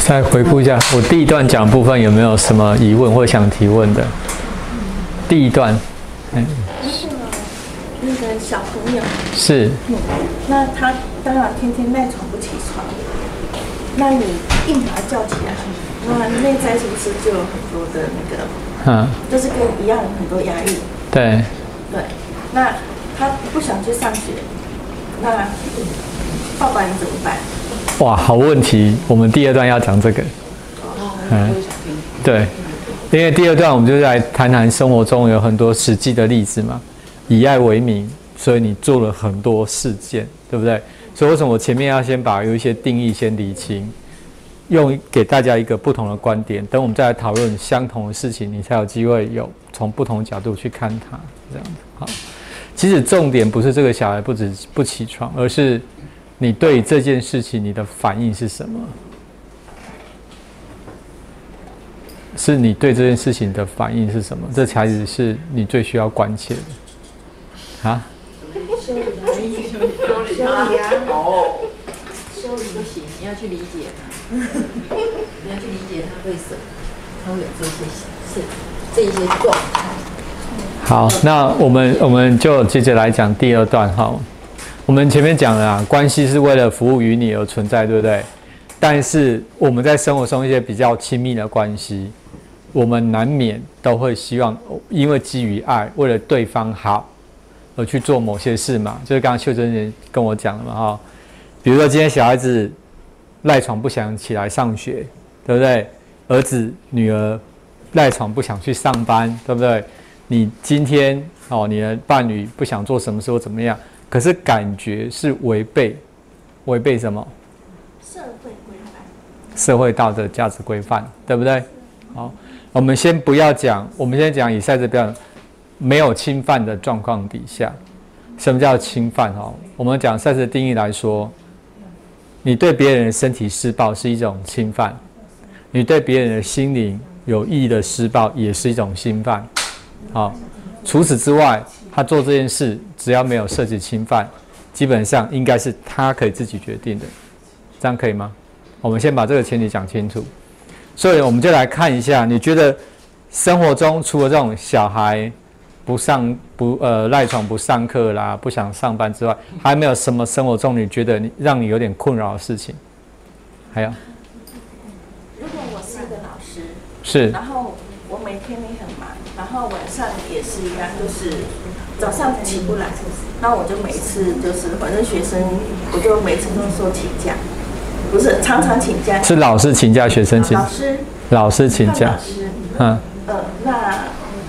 再回顾一下，我第一段讲部分有没有什么疑问或想提问的？第一段， 那个小朋友是， 那他当然天天赖床不起床，那你硬把他叫起来，那内在是不是就有很多的那个，就是跟一样很多压抑？ 对， 对，那他不想去上学，那爸爸你怎么办？ 哇，好问题，我们第二段要讲这个。对，因为第二段我们就来谈谈生活中有很多实际的例子嘛，以爱为名，所以你做了很多事件，对不对？所以为什么我前面要先把有一些定义先理清，用给大家一个不同的观点，等我们再来讨论相同的事情，你才有机会有从不同角度去看它，这样子。好，其实重点不是这个小孩不起床，而是你对这件事情你的反应是什么？是你对这件事情的反应是什么？这才是你最需要关切的。啊？ 修理他，修理哦，修理不行，你要去理解他，你要去理解他为什么他会有这些状态。 好，那我们就接着来讲第二段哈。我们前面讲了啊，关系是为了服务于你而存在，对不对？但是我们在生活中一些比较亲密的关系，我们难免都会希望，因为基于爱，为了对方好，而去做某些事嘛。就是刚刚秀珍姐跟我讲了嘛哈，比如说今天小孩子赖床不想起来上学，对不对？儿子女儿赖床不想去上班，对不对？你今天你的伴侣不想做什么事或怎么样？可是感觉是违背什么？ 社会规范、 社会道德价值规范，对不对？好，我们先不要讲，我们先讲以赛这标没有侵犯的状况底下，什么叫侵犯？我们讲赛的定义来说，你对别人的身体施暴是一种侵犯，你对别人的心灵有意义的施暴也是一种侵犯。好，除此之外，他做这件事只要没有涉及侵犯，基本上应该是他可以自己决定的，这样可以吗？我们先把这个前提讲清楚。所以我们就来看一下，你觉得生活中除了这种小孩赖床不上课啦，不想上班之外，还没有什么生活中你觉得让你有点困扰的事情？还有， 如果我是一个老师， 是， 然后我每天也很忙，然后晚上也是一样，就是早上起不来，那我就每次就是反正学生，我就每次都说请假，不是常常请假， 是老师请假，学生请，老师请假， 那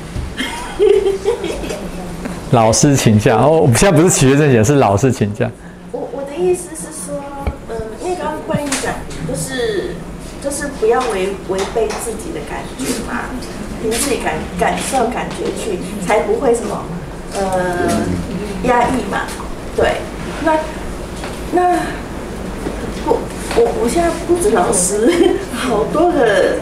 老师请假哦，现在不是学生请，是老师请假。 我的意思是说，因为刚刚关于讲，就是不要违背自己的感觉嘛，凭自己感受感觉去，才不会什么压抑嘛。对，那我现在不止老师，好多个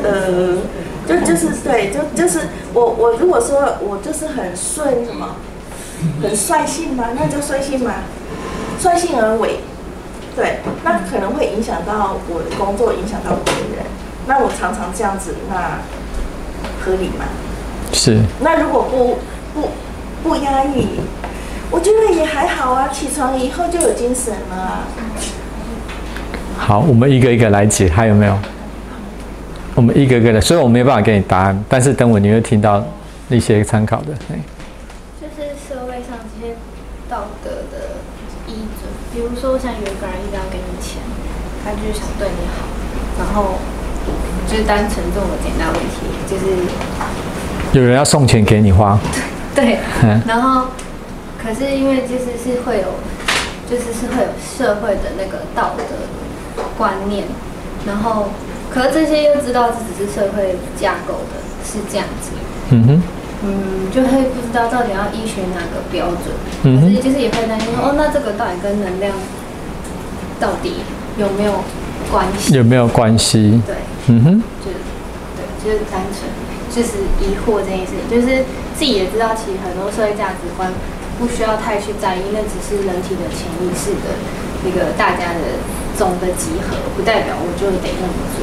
就是我如果说我就是很顺什么，很率性嘛，那就率性嘛，率性而为。对，那可能会影响到我的工作，影响到别人。那我常常这样子，那合理吗？ 是。 那如果不压抑，我觉得也还好啊。起床以后就有精神了啊。 好，我们一个一个来解，还有没有？我们一个一个的，所以我没有办法给你答案，但是等会你会听到一些参考的。 就是社会上这些道德的依准，比如说像有一个人一直要给你钱，他就是想对你好，然后就是单纯这种简单问题，就是有人要送钱给你花， 对，然后可是因为是会有社会的那个道德观念，然后可是这些又知道这只是社会架构的，是这样子，就会不知道到底要依循哪个标准，可是就是也会担心说，那这个到底跟能量到底有没有关系？ 有没有关系？ 对，就是单纯就是疑惑这件事情，就是自己也知道，其实很多社会价值观不需要太去在意，那只是人体的潜意识的一个大家的总的集合，不代表我就得那么做。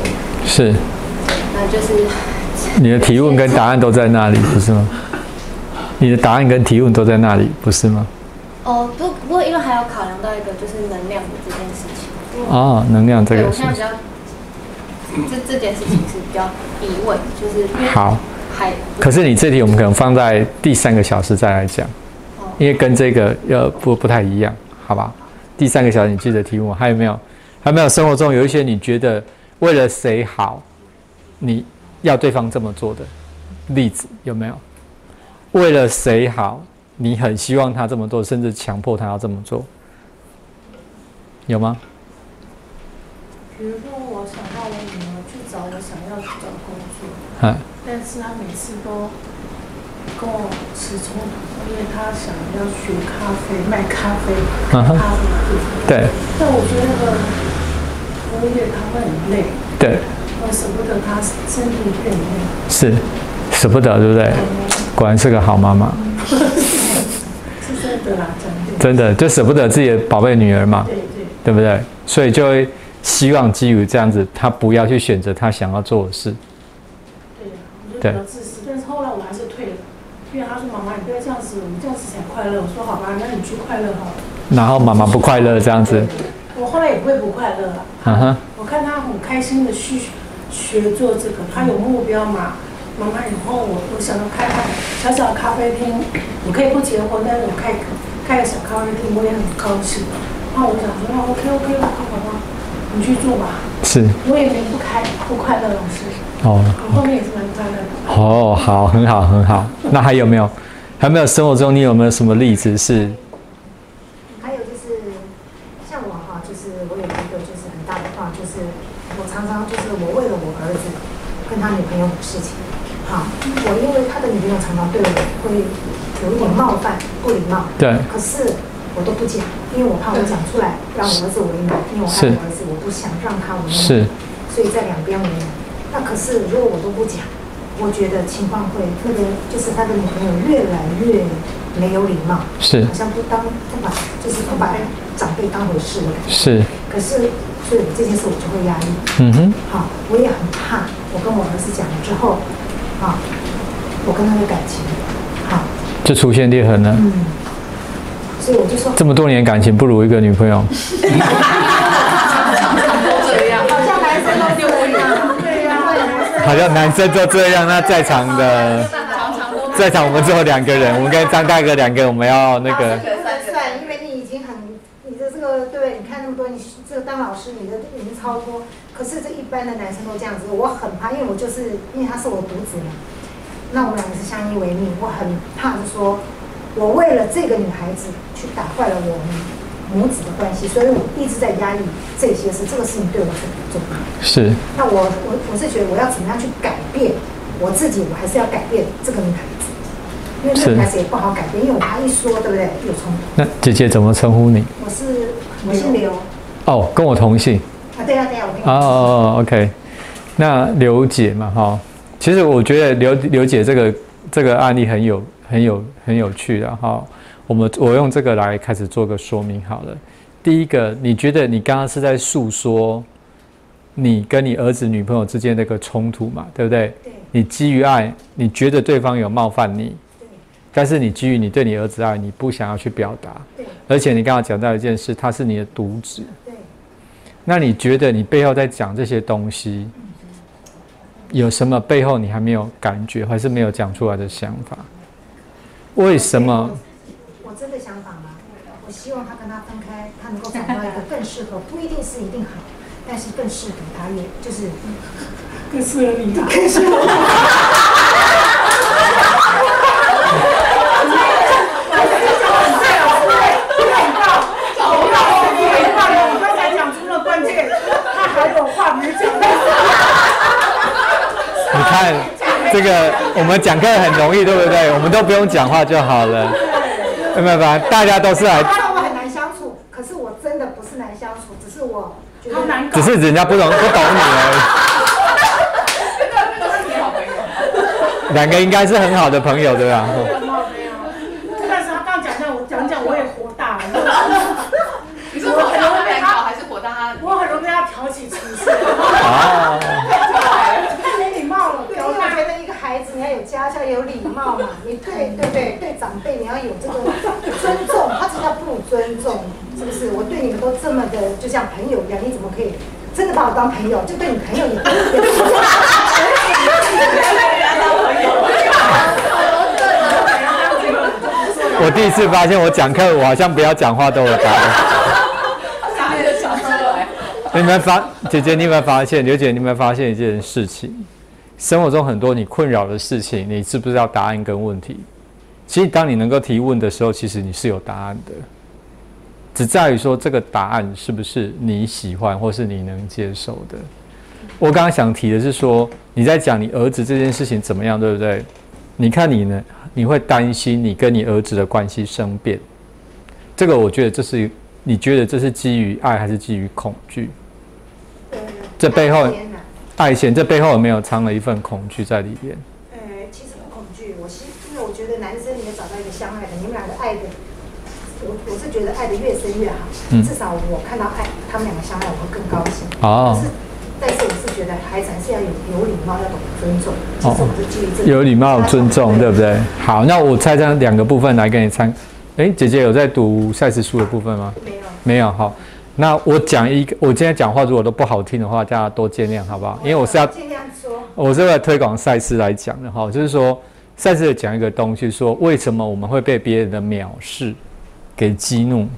是。 那就是你的提问跟答案都在那里，不是吗？你的答案跟提问都在那里，不是吗？ 哦，不过因为还要考量到一个就是能量的这件事情。 哦，能量这对， 个是我现在比较这件事情是比较疑问，就是因为好。可是你这题我们可能放在第3个小时再来讲，因为跟这个不太一样，好吧？第3个小时你记得提问，还有没有？还有没有生活中有一些你觉得为了谁好，你要对方这么做的例子有没有？为了谁好，你很希望他这么做，甚至强迫他要这么做，有吗？ 比如说，我想到我女儿去找我想要去找工作，但是她每次都跟我起冲突，因为她想要学咖啡，卖咖啡，咖啡店。 对。 但我觉得那个服务业她会很累。 对。 我舍不得她身体变累。 是，舍不得，对不对？果然是个好妈妈。 是真的啦， 真的就舍不得自己的宝贝女儿嘛，对不对？所以就会希望基于这样子，她不要去选择她想要做的事。 对，我就比较自私，但是后来我还是退了，因为她说妈妈你不要这样子，我们这样子才快乐。我说好吧，那你去快乐好了。然后妈妈不快乐这样子。 我后来也不会不快乐啊。我看她很开心的去学做这个，她有目标嘛。妈妈以后我想要开小小的咖啡厅，我可以不结婚，但是我开个小咖啡厅，我也很高兴。然后我想说，那 OK，好吧，你去做吧。 是。我也没不快乐，老师。我后面也是蛮快乐的。 好，很好。那还有没有生活中你有没有什么例子是？ 还有就是像我哈，就是我有一个就是很大的话，就是我常常就是我为了我儿子跟他女朋友的事情。好，我因为他的女朋友常常对我会有一点冒犯、不礼貌。 对。 可是我都不讲，因为我怕我讲出来让我儿子为难，因为我爱我儿子，我不想让他为难。 是。 所以在两边为难。那可是如果我都不讲，我觉得情况会那个就是他的女朋友越来越没有礼貌， 是。 好像不把长辈当回事的感觉。 是。 可是所以这件事我就会压抑。好，我也很怕，我跟我儿子讲了之后。好，我跟他的感情，好， 就出现裂痕了。 所以我就说， 这么多年感情不如一个女朋友。 这样， 好像男生都这样，对呀， 好像男生都这样。那在场我们只有2个人，我们跟张大哥2个，我们要那个。 算，因为你已经你的这个对不对？你看那么多，你这个当老师，你的已经超过。可是这一般的男生都这样子，我很怕，因为他是我独子嘛，那我们2个是相依为命，我很怕就说，我为了这个女孩子去打坏了我们母子的关系，所以我一直在压抑这些事，这个事情对我很重要。 是。 那我是觉得我要怎么样去改变我自己，我还是要改变这个女孩子，因为这个女孩子也不好改变，因为我怕一说，对不对？有冲突。 那姐姐怎么称呼你？ 我姓刘。 哦，跟我同姓。 对啊，我 OK， 那刘姐嘛，其实我觉得刘姐这个案例很有趣的哈。我用这个来开始做个说明好了。第一个，你觉得你刚刚是在诉说你跟你儿子女朋友之间那个冲突嘛，对不对？ 对。 你基于爱，你觉得对方有冒犯你， 对。 但是你基于你对你儿子爱，你不想要去表达，对。而且你刚刚讲到一件事，他是你的独子。那你觉得你背后在讲这些东西，有什么背后你还没有感觉，还是没有讲出来的想法？为什么？ 我真的想法吗？我希望他跟他分开，他能够找到一个更适合，不一定是一定好，但是更适合他，也就是更适合你啊， 更适合我。 你看，这个我们讲课很容易，对不对？我们都不用讲话就好了，有没有吧？大家都是来。 我很难相处，可是我真的不是难相处，只是我觉得难搞。只是人家不懂你而已。2个应该是很好的朋友，对吧？ 没有。但是他刚讲，我也火大了。 你是火大难搞还是火大？ 我很容易要挑起情绪。 对不对？对长辈你要有这个尊重，他这叫不尊重，是不是？我对你们都这么的，就像朋友一样，你怎么可以真的把我当朋友？就对你朋友也不尊重。 我第一次发现，我讲课我好像不要讲话都有答案。姐姐，你有没有发现？刘姐，你有没有发现一件事情？生活中很多你困扰的事情，你知不知道答案跟问题？其实当你能够提问的时候，其实你是有答案的，只在于说这个答案是不是你喜欢或是你能接受的。我刚刚想提的是说，你在讲你儿子这件事情怎么样，对不对？你看你呢，你会担心你跟你儿子的关系生变，这个我觉得你觉得这是基于爱还是基于恐惧？这背后爱先，这背后有没有藏了一份恐惧在里边？ 其实不恐惧，因为我觉得男生你要找到一个相爱的，你们两个爱的，我是觉得爱的越深越好。至少我看到爱，他们两个相爱，我会更高兴。哦。但是我是觉得孩子还是要有礼貌，要懂得尊重。其实我是基于这个。有礼貌、 尊重，对不对？好，那我拆这两个部分来给你参。姐姐有在读赛事书的部分吗？ 没有。 没有，好。那我讲一个，我今天讲话如果都不好听的话，大家多见谅，好不好？因为我是要尽量说， 我是为了推广赛事来讲的哈，就是说赛事讲一个东西，说为什么我们会被别人的藐视给激怒？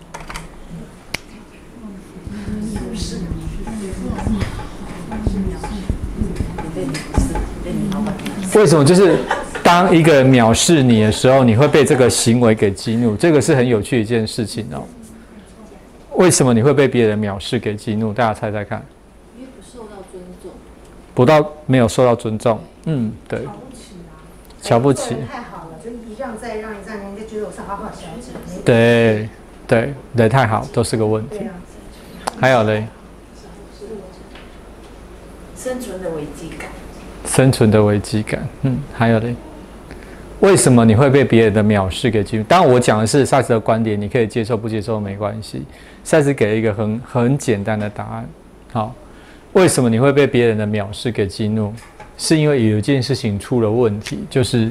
为什么？就是当一个人藐视你的时候，你会被这个行为给激怒，这个是很有趣的一件事情哦。为什么你会被别人藐视给激怒？大家猜猜看。 因为不受到尊重。 没有受到尊重。对。瞧不起。 太好了，就一让再让，人家觉得我是好好小姐。 对，人太好都是个问题。还有嘞。 生存的危机感。 生存的危机感。还有嘞。为什么你会被别人的藐视给激怒？当然，我讲的是赛斯的观点，你可以接受不接受没关系。赛斯给了一个很简单的答案。好，为什么你会被别人的藐视给激怒？是因为有一件事情出了问题，就是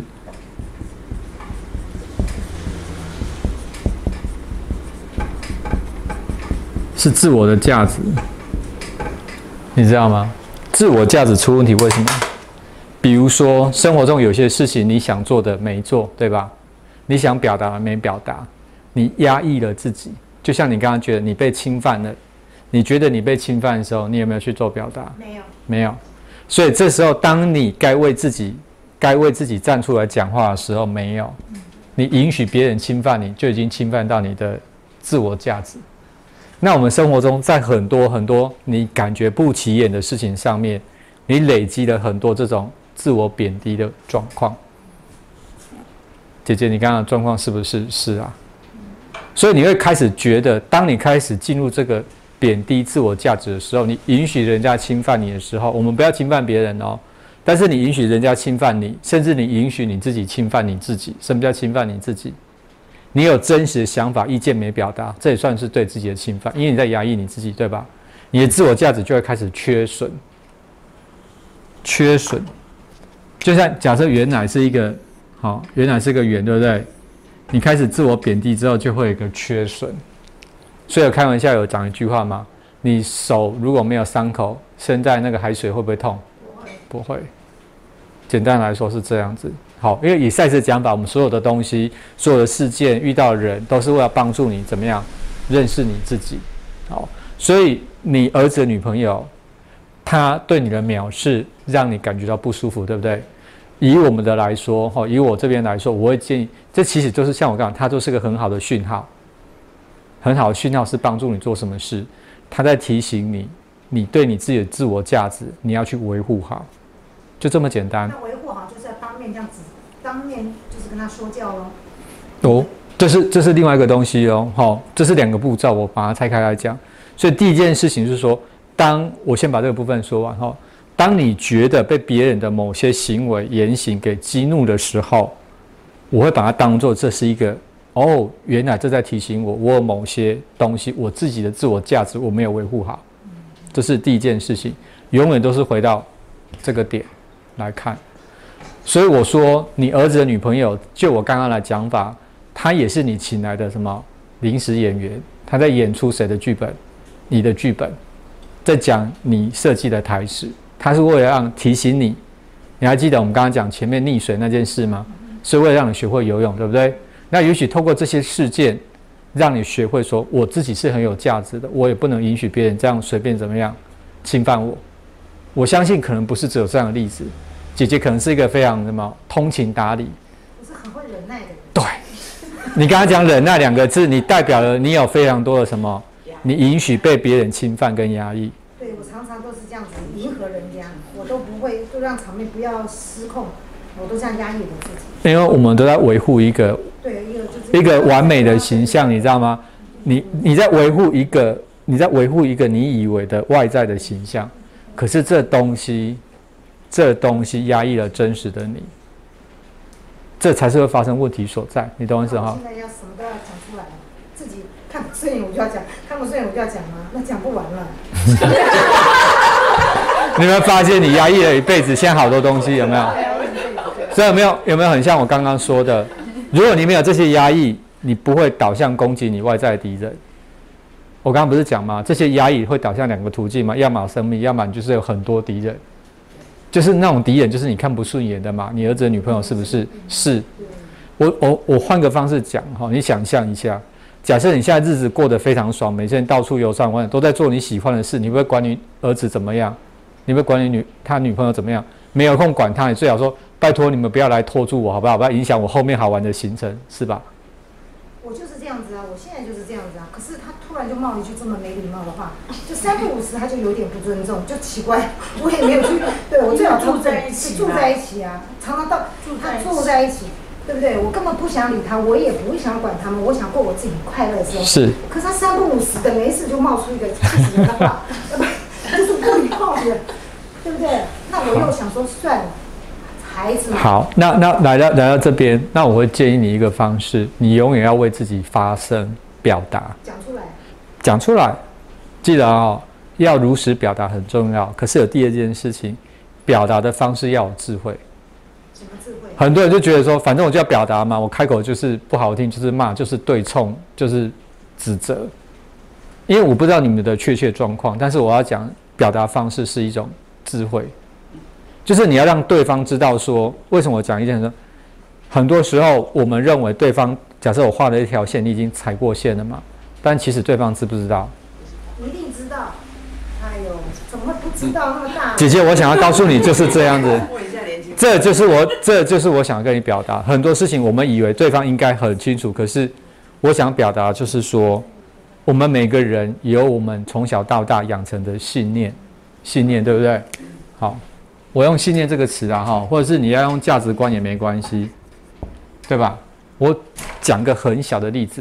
自我的价值，你知道吗？自我价值出问题，为什么？比如说，生活中有些事情你想做的没做，对吧？你想表达的没表达，你压抑了自己。就像你刚刚觉得你被侵犯了，你觉得你被侵犯的时候，你有没有去做表达？没有。所以这时候，当你该为自己站出来讲话的时候，没有。你允许别人侵犯你，就已经侵犯到你的自我价值。那我们生活中，在很多很多你感觉不起眼的事情上面，你累积了很多这种自我贬低的状况。姐姐，你刚刚的状况是不是？是啊。所以你会开始觉得，当你开始进入这个贬低自我价值的时候，你允许人家侵犯你的时候，我们不要侵犯别人哦，但是你允许人家侵犯你，甚至你允许你自己侵犯你自己。什么叫侵犯你自己？你有真实的想法、意见没表达，这也算是对自己的侵犯，因为你在压抑你自己，对吧？你的自我价值就会开始缺损。就像假设原来是一个原来是个圆，对不对？你开始自我贬低之后，就会有一个缺损。所以有开玩笑有讲一句话吗？你手如果没有伤口，伸在那个海水会不会痛？不会。简单来说是这样子。好，因为以赛斯的讲法，我们所有的东西、所有的事件、遇到的人，都是为了帮助你怎么样认识你自己。好，所以你儿子的女朋友，她对你的藐视，让你感觉到不舒服，对不对？以我们的来说，以我这边来说，我会建议，这其实就是像我刚刚，它就是个很好的讯号。很好的讯号是帮助你做什么事，它在提醒你，你对你自己的自我价值，你要去维护好，就这么简单。 那维护好就是要当面这样子，当面就是跟他说教咯。 哦，这是另外一个东西哦，这是两个步骤，我把它拆开来讲。所以第一件事情是说，当我先把这个部分说完当你觉得被别人的某些行为言行给激怒的时候，我会把它当作这是一个原来这在提醒我有某些东西，我自己的自我价值我没有维护好，这是第一件事情，永远都是回到这个点来看。 所以我说，你儿子的女朋友，就我刚刚的讲法，她也是你请来的什么临时演员，她在演出谁的剧本？你的剧本，在讲你设计的台词，她是为了让提醒你。你还记得我们刚刚讲前面溺水那件事吗？是为了让你学会游泳，对不对？那也许透过这些事件，让你学会说，我自己是很有价值的，我也不能允许别人这样随便怎么样侵犯我。我相信可能不是只有这样的例子。姐姐可能是一个非常什么通情达理， 我是很会忍耐的人。 对，你刚刚讲忍耐2个字，你代表了你有非常多的什么？你允许被别人侵犯跟压抑。 对，我常常都是这样子迎合人家，我都不会，就让场面不要失控，我都这样压抑我自己。 因为我们都在维护一个对一个完美的形象，你知道吗？你在维护一个你以为的外在的形象，可是这东西压抑了真实的你，这才是会发生问题所在。你懂我意思哈？ 现在要什么都要讲出来，自己看不顺眼我就要讲，看不顺眼我就要讲啊，那讲不完了。 你有没有发现你压抑了一辈子，现在好多东西有没有？所以有没有很像我刚刚说的？如果你没有这些压抑，你不会导向攻击你外在的敌人。我刚刚不是讲吗？这些压抑会导向2个途径嘛，要么生命，要么你就是有很多敌人。就是那种敌人，就是你看不顺眼的嘛。你儿子的女朋友是不是？是。我换个方式讲哈，你想象一下，假设你现在日子过得非常爽，每天到处游山玩水，都在做你喜欢的事，你会管你儿子怎么样？你会管他女朋友怎么样？没有空管他，你最好说拜托你们不要来拖住我，好不好？不要影响我后面好玩的行程，是吧？ 我就是这样子啊，我现在就是这样子啊。可是他突然就冒一句这么没礼貌的话，就3不5时他就有点不尊重，就奇怪。我也没有去，对我最好住在一起啊，常常到他住在一起，对不对？我根本不想理他，我也不会想管他们，我想过我自己快乐的生活。 是。 可是他3不5时的没事就冒出一个气死人的话，就是不礼貌的，对不对？那我又想说算了。孩子好，那来到这边，那我会建议你一个方式，你永远要为自己发声表达，讲出来，记得哦，要如实表达很重要。可是有第2件事情，表达的方式要有智慧。 什么智慧？ 很多人就觉得说，反正我就要表达嘛，我开口就是不好听，就是骂，就是对冲，就是指责。因为我不知道你们的确切状况，但是我要讲，表达方式是一种智慧。就是你要让对方知道说，为什么我讲一件事，很多时候我们认为对方，假设我画了一条线，你已经踩过线了嘛，但其实对方知不知道？ 一定知道。哎呦，怎么会不知道那么大？ 姐姐，我想要告诉你就是这样子，这就是我想跟你表达。很多事情我们以为对方应该很清楚，可是我想表达就是说，我们每个人有我们从小到大养成的信念，对不对？好。我用信念这个词啊，或者是你要用价值观也没关系，对吧？我讲个很小的例子，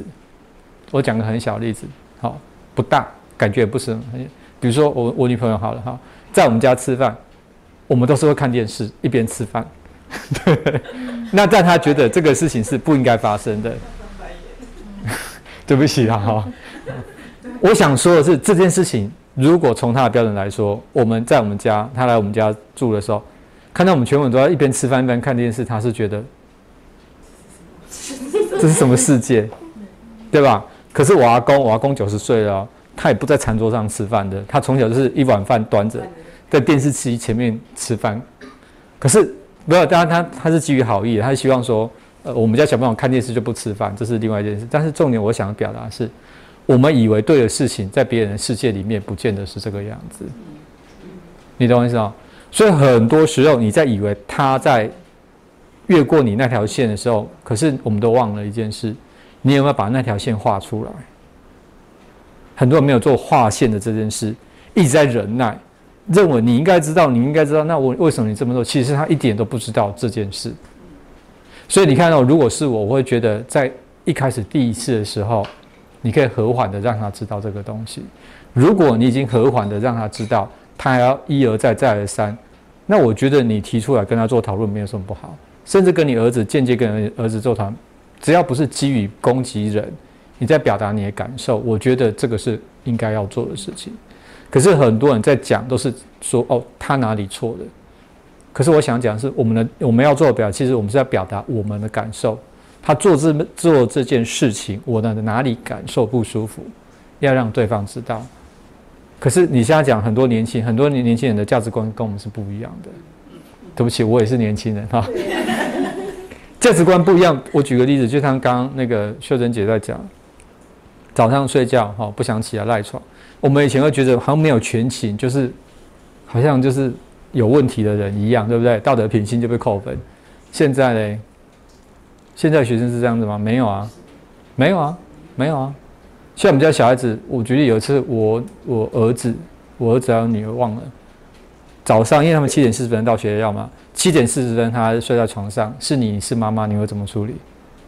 好，不大，感觉也不是很，比如说我女朋友好了哈，在我们家吃饭，我们都是会看电视一边吃饭，对，那但她觉得这个事情是不应该发生的，对不起啦哈。我想说的是这件事情。如果从他的标准来说，我们在我们家，他来我们家住的时候，看到我们全部人都在一边吃饭一边看电视，他是觉得这是什么世界，对吧？可是我阿公90岁了哦，他也不在餐桌上吃饭的，他从小就是一碗饭端着在电视机前面吃饭。可是没有，当然他是基于好意的，他是希望说，我们家小朋友看电视就不吃饭，这是另外一件事。但是重点我想表达的是。我们以为对的事情，在别人的世界里面，不见得是这个样子。你懂我意思吗？所以很多时候，你在以为他在越过你那条线的时候，可是我们都忘了一件事：你有没有把那条线画出来？很多人没有做划线的这件事，一直在忍耐，认为你应该知道，那为什么你这么做？其实他一点都不知道这件事。所以你看到，如果是我会觉得，在一开始第一次的时候。你可以和缓的让他知道这个东西。如果你已经和缓的让他知道，他还要一而再再而三，那我觉得你提出来跟他做讨论没有什么不好，甚至跟你儿子间接跟你儿子做讨论，只要不是基于攻击人，你在表达你的感受，我觉得这个是应该要做的事情。可是很多人在讲都是说哦他哪里错了， 可是我想讲的是，我们要做的表达，其实我们是在表达我们的感受。他做这件事情，我的哪里感受不舒服，要让对方知道。可是你现在讲很多年轻人的价值观跟我们是不一样的。对不起，我也是年轻人哈。价值观不一样。我举个例子，就像刚刚那个秀珍姐在讲，早上睡觉不想起来赖床。我们以前会觉得好像没有全勤，就是好像就是有问题的人一样，对不对？道德品性就被扣分。现在嘞？现在学生是这样子吗？没有啊，没有啊，没有啊。像我们家小孩子，我举例有一次我儿子还有女儿忘了，早上因为他们7点40分到学校嘛，7点40分他睡在床上，你是妈妈，你会怎么处理？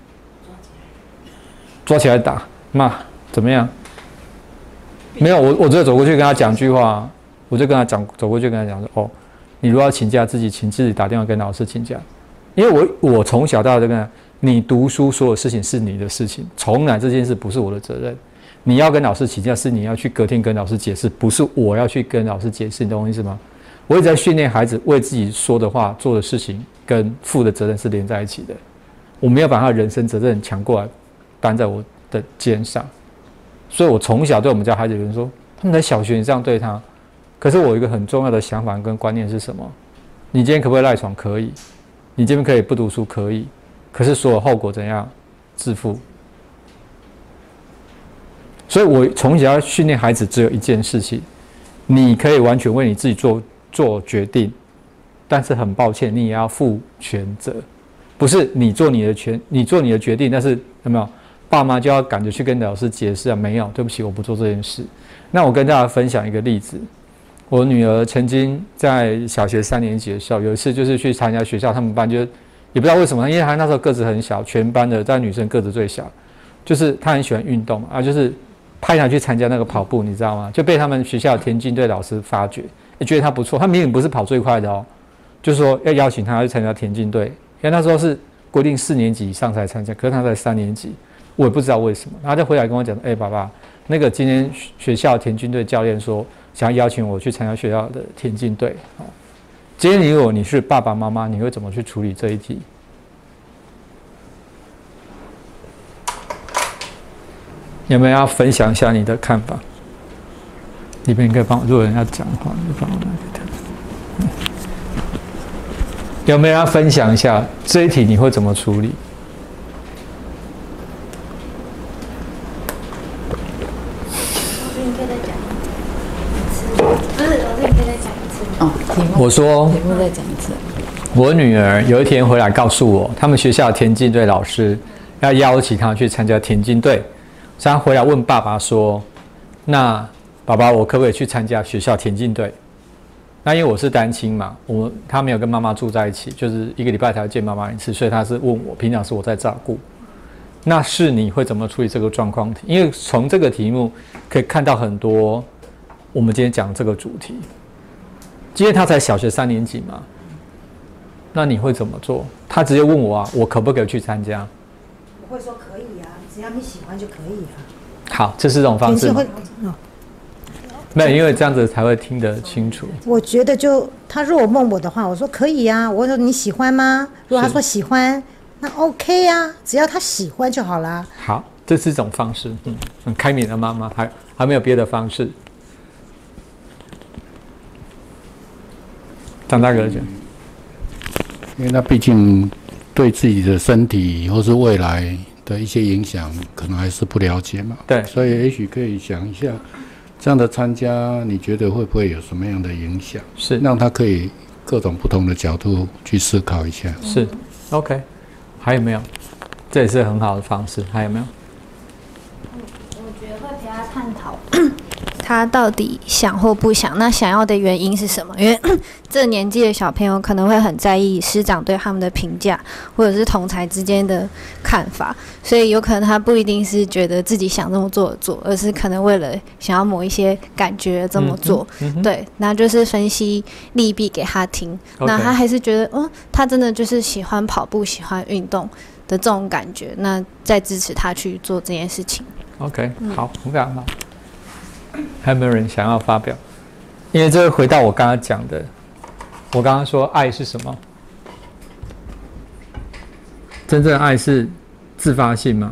抓起来打，骂，怎么样？没有，我就走过去跟他讲句话，走过去跟他讲说，哦，你如果要请假，自己打电话跟老师请假，因为我从小到大就跟他。你读书所有事情是你的事情，从来这件事不是我的责任。你要跟老师请假，是你要去隔天跟老师解释，不是我要去跟老师解释，你懂我意思吗？我一直在训练孩子为自己说的话、做的事情跟负的责任是连在一起的。我没有把他的人生责任抢过来担在我的肩上，所以我从小对我们家孩子有人说，他们在小学你这样对他，可是我有一个很重要的想法跟观念是什么？你今天可不可以赖床？可以。你今天可以不读书？可以。可是所有后果怎样自负？所以我从小要训练孩子只有一件事情：你可以完全为你自己做决定，但是很抱歉，你也要负全责。不是你做你的决定，但是有没有爸妈就要赶着去跟老师解释啊？没有，对不起，我不做这件事。那我跟大家分享一个例子：我女儿曾经在小学3年级的时候，有一次就是去参加学校他们班就。也不知道为什么，因为他那时候个子很小，全班的在女生个子最小，就是他很喜欢运动啊，就是派他去参加那个跑步，你知道吗？就被他们学校的田径队老师发觉，也觉得他不错，他明明不是跑最快的哦，就是说要邀请他去参加田径队，因为那时候是规定4年级以上才参加，可是他才3年级，我也不知道为什么，他就回来跟我讲，爸爸，那个今天学校田径队教练说想要邀请我去参加学校的田径队，今天如果你是爸爸妈妈，你会怎么去处理这一题？有没有要分享一下你的看法？里面可以帮我，如果有人要讲话，你帮我拿给他。有没有要分享一下这一题你会怎么处理？我说， 题目再讲一次。 我女儿有一天回来告诉我，他们学校田径队老师要邀请她去参加田径队，所以她回来问爸爸说：“那爸爸，我可不可以去参加学校田径队？”那因为我是单亲嘛，她没有跟妈妈住在一起，就是1个礼拜才会见妈妈一次，所以她是问我，平常是我在照顾。那是你会怎么处理这个状况？因为从这个题目可以看到很多我们今天讲这个主题。今天他才小学3年级嘛，那你会怎么做？他直接问我啊，我可不可以去参加？ 我会说可以啊，只要你喜欢就可以啊。 好，这是一种方式吗？没有，因为这样子才会听得清楚。 我觉得他如果问我的话，我说可以啊。我说你喜欢吗？如果他说喜欢，那 OK 啊，只要他喜欢就好啦。 好，这是一种方式，很开明的妈妈，还没有别的方式。张大哥讲， 因为他毕竟对自己的身体或是未来的一些影响，可能还是不了解嘛。 对， 所以也许可以想一下，这样的参加，你觉得会不会有什么样的影响？ 是让他可以各种不同的角度去思考一下。 是 ，OK， 还有没有？这也是很好的方式，还有没有？ 我觉得会陪他探讨。他到底想或不想？那想要的原因是什么？因为这年纪的小朋友可能会很在意师长对他们的评价，或者是同侪之间的看法，所以有可能他不一定是觉得自己想这么做而做，而是可能为了想要某一些感觉这么做。对，那就是分析利弊给他听。那他还是觉得，他真的就是喜欢跑步、喜欢运动的这种感觉，那再支持他去做这件事情。 OK， 好，非常好。还有没有人想要发表？因为这回到我刚刚讲的， 我刚刚说爱是什么？真正的爱是自发性吗？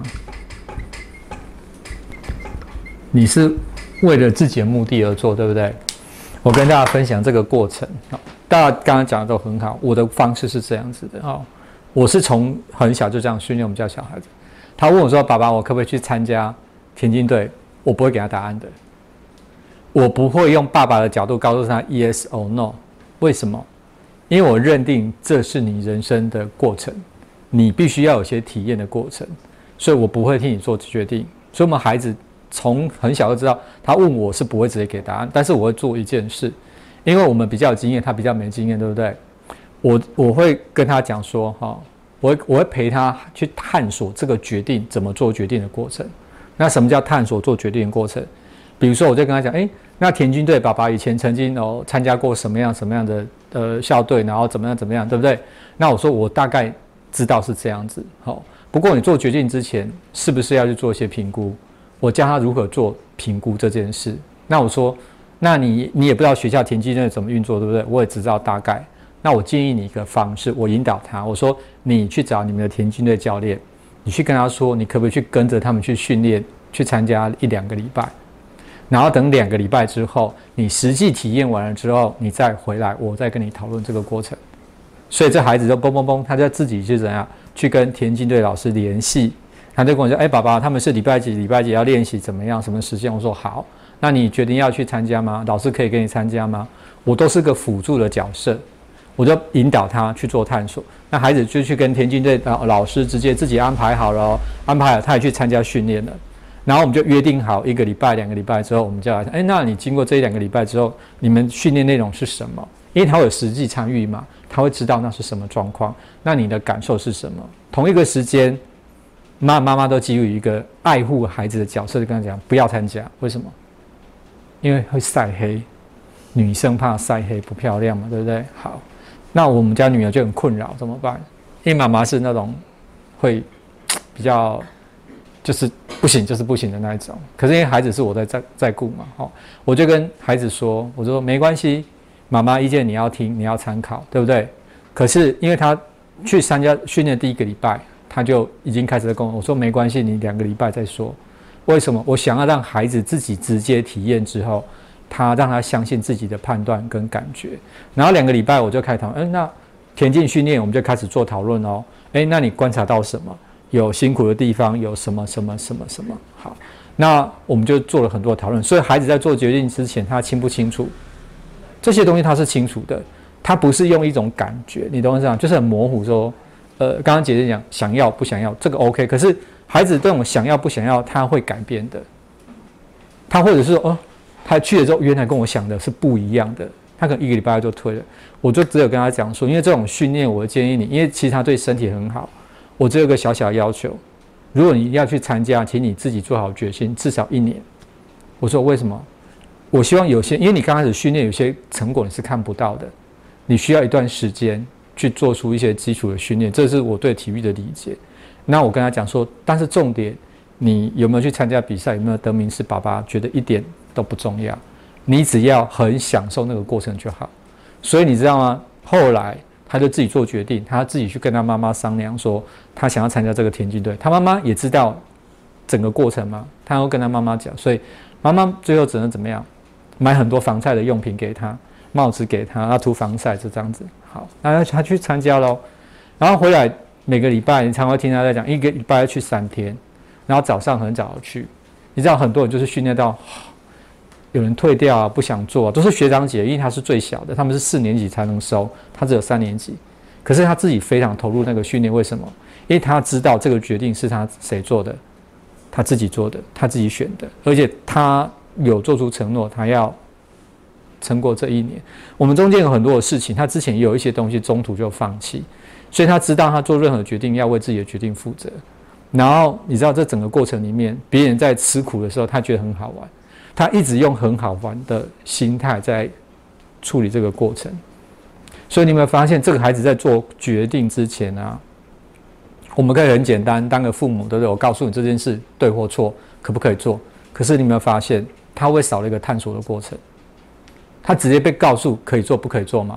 你是为了自己的目的而做，对不对？我跟大家分享这个过程，大家刚刚讲的都很好。我的方式是这样子的我是从很小就这样训练我们家小孩子。他问我说：“爸爸，我可不可以去参加田径队？”我不会给他答案的。我不会用爸爸的角度告诉他 yes or no。为什么？因为我认定这是你人生的过程，你必须要有些体验的过程，所以我不会替你做决定。所以我们孩子从很小就知道，他问我是不会直接给答案，但是我会做一件事，因为我们比较有经验，他比较没经验，对不对？我会跟他讲说，我会陪他去探索这个决定怎么做决定的过程。那什么叫探索做决定的过程？比如说，我就跟他讲，那田径队爸爸以前曾经参加过什么样的校队，然后怎么样，对不对？那我说我大概知道是这样子，不过你做决定之前，是不是要去做一些评估？我教他如何做评估这件事。那我说，那你也不知道学校田径队怎么运作，对不对？我也只知道大概。那我建议你一个方式，我引导他，我说你去找你们的田径队教练，你去跟他说，你可不可以去跟着他们去训练，去参加1-2个礼拜，然后等2个礼拜之后，你实际体验完了之后，你再回来，我再跟你讨论这个过程。所以这孩子就嘣，他就自己去怎样去跟田径队老师联系，他就跟我说，爸爸，他们是礼拜几要练习怎么样，什么时间？我说好，那你决定要去参加吗？老师可以跟你参加吗？我都是个辅助的角色。我就引导他去做探索，那孩子就去跟田径队老师直接自己安排好了，安排好他也去参加训练了，然后我们就约定好1个礼拜、2个礼拜之后，我们就来，那你经过这1-2个礼拜之后，你们训练内容是什么？因为他会有实际参与嘛，他会知道那是什么状况，那你的感受是什么？同一个时间，妈妈都基于一个爱护孩子的角色，就跟他讲不要参加，为什么？因为会晒黑，女生怕晒黑不漂亮嘛，对不对？好。那我们家女儿就很困扰，怎么办？因为妈妈是那种会比较就是不行就是不行的那一种，可是因为孩子是我在顾嘛，我就跟孩子说，我说没关系，妈妈意见你要听，你要参考，对不对？可是因为他去参加训练第1个礼拜，他就已经开始在跟我说没关系，你2个礼拜再说。为什么？我想要让孩子自己直接体验之后。让他相信自己的判断跟感觉，然后2个礼拜我就开始讨论，那田径训练我们就开始做讨论哦。那你观察到什么？有辛苦的地方，有什么？好，那我们就做了很多讨论。所以孩子在做决定之前，他清不清楚这些东西？他是清楚的，他不是用一种感觉，你懂我意思吗？就是很模糊说，刚刚姐姐讲想要不想要这个 OK， 可是孩子这种想要不想要，他会改变的，他或者是说他去了之后，原来跟我想的是不一样的，他可能1个礼拜就退了。我就只有跟他讲说，因为这种训练，我建议你，因为其实他对身体很好，我只有一个小小要求，如果你要去参加，请你自己做好决心，至少1年。我说为什么？我希望有些，因为你刚开始训练，有些成果你是看不到的，你需要一段时间去做出一些基础的训练，这是我对体育的理解。那我跟他讲说，但是重点，你有没有去参加比赛，有没有得名次，爸爸觉得一点都不重要，你只要很享受那个过程就好。所以你知道吗？后来他就自己做决定，他自己去跟他妈妈商量说，他想要参加这个田径队。他妈妈也知道整个过程嘛，他要跟他妈妈讲，所以妈妈最后只能怎么样？买很多防晒的用品给他，帽子给他，要涂防晒，就这样子。好，然后他去参加咯，然后回来每个礼拜你常会听他在讲，1个礼拜要去3天，然后早上很早去。你知道很多人就是训练到有人退掉啊，不想做啊，都是学长姐，因为他是最小的，他们是4年级才能收，他只有3年级，可是他自己非常投入那个训练，为什么？因为他知道这个决定是他谁做的，他自己做的，他自己选的，而且他有做出承诺，他要撑过这1年。我们中间有很多的事情，他之前也有一些东西中途就放弃，所以他知道他做任何决定要为自己的决定负责。然后你知道这整个过程里面，别人在吃苦的时候，他觉得很好玩，他一直用很好玩的心态在处理这个过程。所以你有没有发现，这个孩子在做决定之前啊，我们可以很简单当个父母，对不对？我告诉你这件事对或错，可不可以做？可是你有没有发现，他会少了一个探索的过程？他直接被告诉可以做不可以做吗？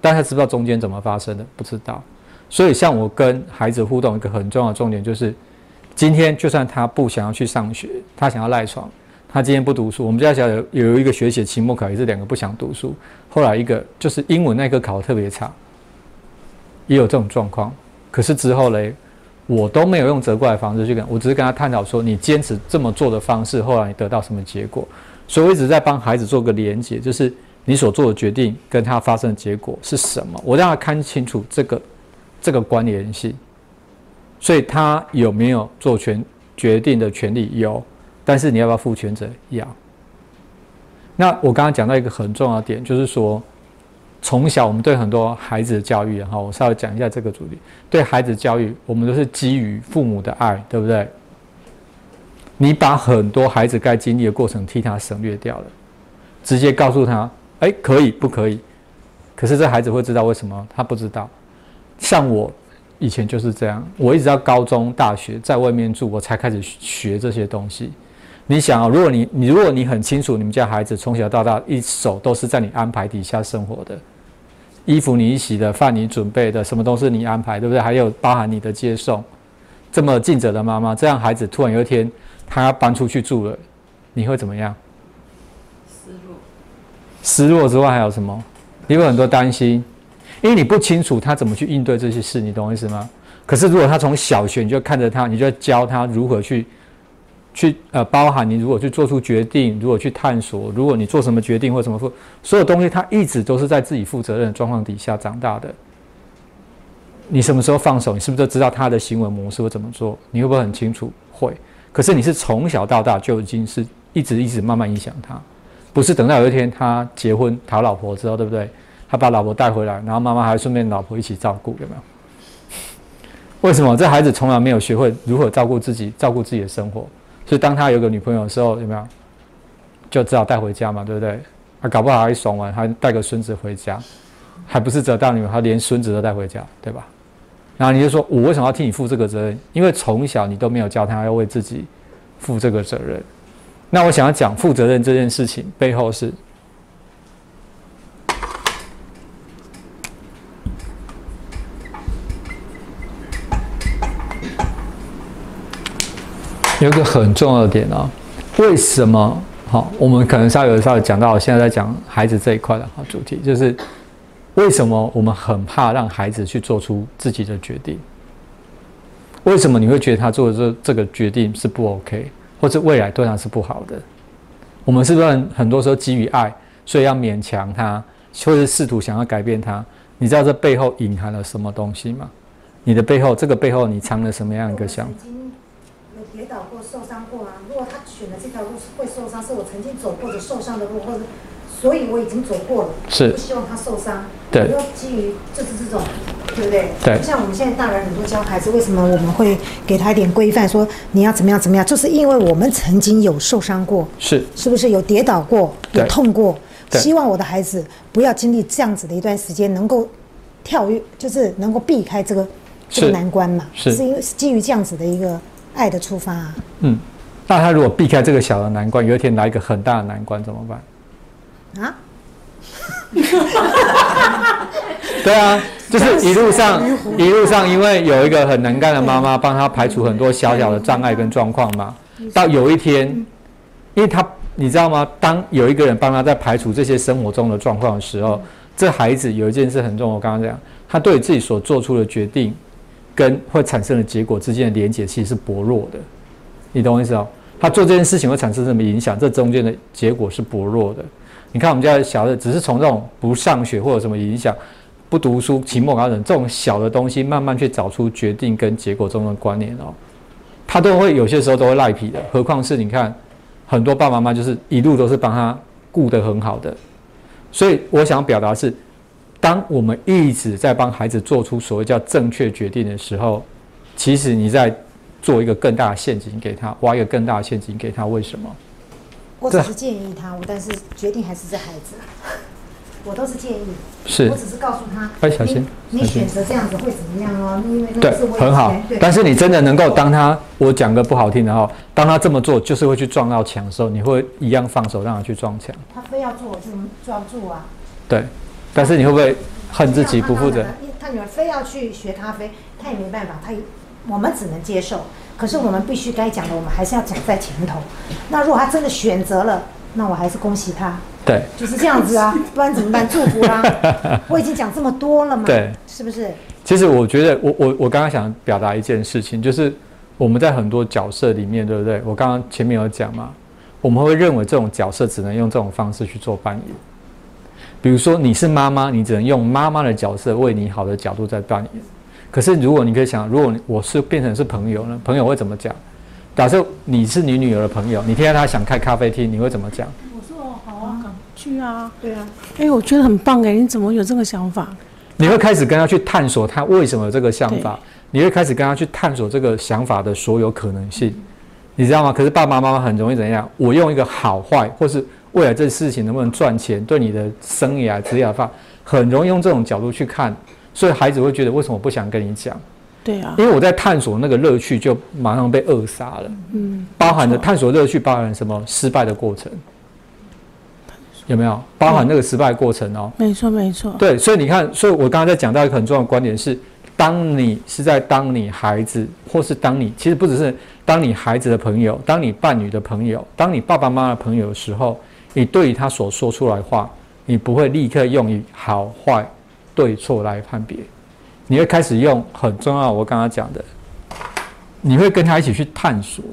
但他知不知道中间怎么发生的？不知道。所以像我跟孩子互动一个很重要的重点就是，今天就算他不想要去上学，他想要赖床，他今天不读书，我们家小孩有一个学期期末考也是2个不想读书，后来一个就是英文那科考得特别差，也有这种状况。可是之后嘞，我都没有用责怪的方式去跟，我只是跟他探讨说，你坚持这么做的方式，后来你得到什么结果？所以我一直在帮孩子做个连结，就是你所做的决定跟他发生的结果是什么，我让他看清楚这个关联性。所以他有没有做决定的权利？有，但是你要不要负全责？要。那我刚刚讲到一个很重要的点，就是说，从小我们对很多孩子的教育，我稍微讲一下这个主题。对孩子教育，我们都是基于父母的爱，对不对？你把很多孩子该经历的过程替他省略掉了，直接告诉他，可以不可以？可是这孩子会知道为什么？他不知道。像我以前就是这样，我一直到高中、大学在外面住，我才开始学这些东西。你想如果你很清楚你们家孩子从小到大一手都是在你安排底下生活的，衣服你洗的，饭你准备的，什么都是你安排，对不对？还有包含你的接送，这么尽责的妈妈，这样孩子突然有一天他要搬出去住了，你会怎么样？失落之外还有什么？你会很多担心，因为你不清楚他怎么去应对这些事，你懂我意思吗？可是如果他从小学你就看着他，你就教他如何去包含你如果去做出决定，如果去探索，如果你做什么决定或什么所有东西，他一直都是在自己负责任的状况底下长大的。你什么时候放手，你是不是就知道他的行为模式会怎么做？你会不会很清楚？会。可是你是从小到大就已经是一直慢慢影响他，不是等到有一天他结婚讨老婆之后，对不对？他把老婆带回来，然后妈妈还顺便老婆一起照顾，有没有？为什么这孩子从来没有学会如何照顾自己的生活？所以当他有个女朋友的时候，有没有就只好带回家嘛，对不对？搞不好还爽完，还带个孙子回家，还不是只有带女朋友，他连孙子都带回家，对吧？然后你就说，我为什么要替你负这个责任？因为从小你都没有教他要为自己负这个责任。那我想要讲负责任这件事情背后是有一个很重要的点啊，为什么？我们可能稍微讲到，现在在讲孩子这一块的主题，就是为什么我们很怕让孩子去做出自己的决定？为什么你会觉得他做的这个决定是不 OK， 或者未来对他是不好的？我们是不是很多时候基于爱，所以要勉强他，或者试图想要改变他？你知道这背后隐含了什么东西吗？你的背后，这个背后你藏了什么样一个想法？ 跌倒过、受伤过啊。如果他选的这条路是会受伤，是我曾经走过的受伤的路，或者所以我已经走过了， 是不希望他受伤。 对， 就基于就是这种，对不对？ 对。 就像我们现在大人很多教孩子，为什么我们会给他一点规范，说你要怎么样怎么样，就是因为我们曾经有受伤过，是不是有跌倒过，有痛过？希望我的孩子不要经历这样子的一段时间，能够跳跃，就是能够避开这个难关嘛。是因为是基于这样子的一个爱的出发啊。 那他如果避开这个小的难关，有一天来一个很大的难关怎么办？啊？对啊，就是一路上，因为有一个很能干的妈妈帮他排除很多小小的障碍跟状况嘛。到有一天，因为你知道吗？当有一个人帮他在排除这些生活中的状况的时候，这孩子有一件事很重要。我刚刚讲，他对自己所做出的决定跟会产生的结果之间的连结其实是薄弱的。你懂我意思哦？他做这件事情会产生什么影响？这中间的结果是薄弱的。你看我们家的小孩，只是从这种不上学或者什么影响、不读书、期末考等这种小的东西，慢慢去找出决定跟结果中的关联哦。他都会有些时候都会赖皮的，何况是你看很多爸爸妈妈就是一路都是帮他顾得很好的。所以我想表达的是，当我们一直在帮孩子做出所谓叫正确决定的时候，其实你在做一个更大的陷阱给他，挖一个更大的陷阱给他。为什么？ 我只是建议他，但是决定还是这孩子。我都是建议，我只是告诉他， 小心， 你选择这样子会怎么样哦？因为那是我很好。但是你真的能够当我讲个不好听的哈，当他这么做就是会去撞到墙的时候，你会一样放手让他去撞墙？ 他非要做，我就抓不住啊。 对，但是你会不会恨自己不负责。 他女儿非要去学咖啡，他也没办法，我们只能接受。可是我们必须该讲的，我们还是要讲在前头。那如果他真的选择了，那我还是恭喜他。 对， 就是这样子啊，不然怎么办？祝福啦！我已经讲这么多了嘛， 对， 是不是？ 其实我觉得，我刚刚想表达一件事情，就是我们在很多角色里面，对不对？我刚刚前面有讲嘛，我们会认为这种角色只能用这种方式去做扮演。比如说你是妈妈，你只能用妈妈的角色为你好的角度在扮演。可是如果你可以想，如果我是变成是朋友呢？朋友会怎么讲？假设你是你女儿的朋友，你听到她想开咖啡厅，你会怎么讲？ 我说哦，好啊，赶去啊， 对啊。 我觉得很棒你怎么有这个想法？ 你会开始跟她去探索她为什么有这个想法，你会开始跟她去探索这个想法的所有可能性，你知道吗？可是爸爸妈妈很容易怎样？我用一个好坏，或是未来这事情能不能赚钱，对你的生涯、职业发很容易用这种角度去看，所以孩子会觉得为什么不想跟你讲？ 对啊， 因为我在探索那个乐趣就马上被扼杀了。包含的探索乐趣，包含什么？失败的过程，有没有？包含那个失败的过程哦。 没错，没错。 对，所以你看，所以我刚刚在讲到一个很重要的观点是，当你孩子，或是其实不只是当你孩子的朋友，当你伴侣的朋友，当你爸爸妈妈的朋友的时候，你对于他所说出来的话，你不会立刻用以好坏、对错来判别。你会开始用很重要，我刚刚讲的，你会跟他一起去探索，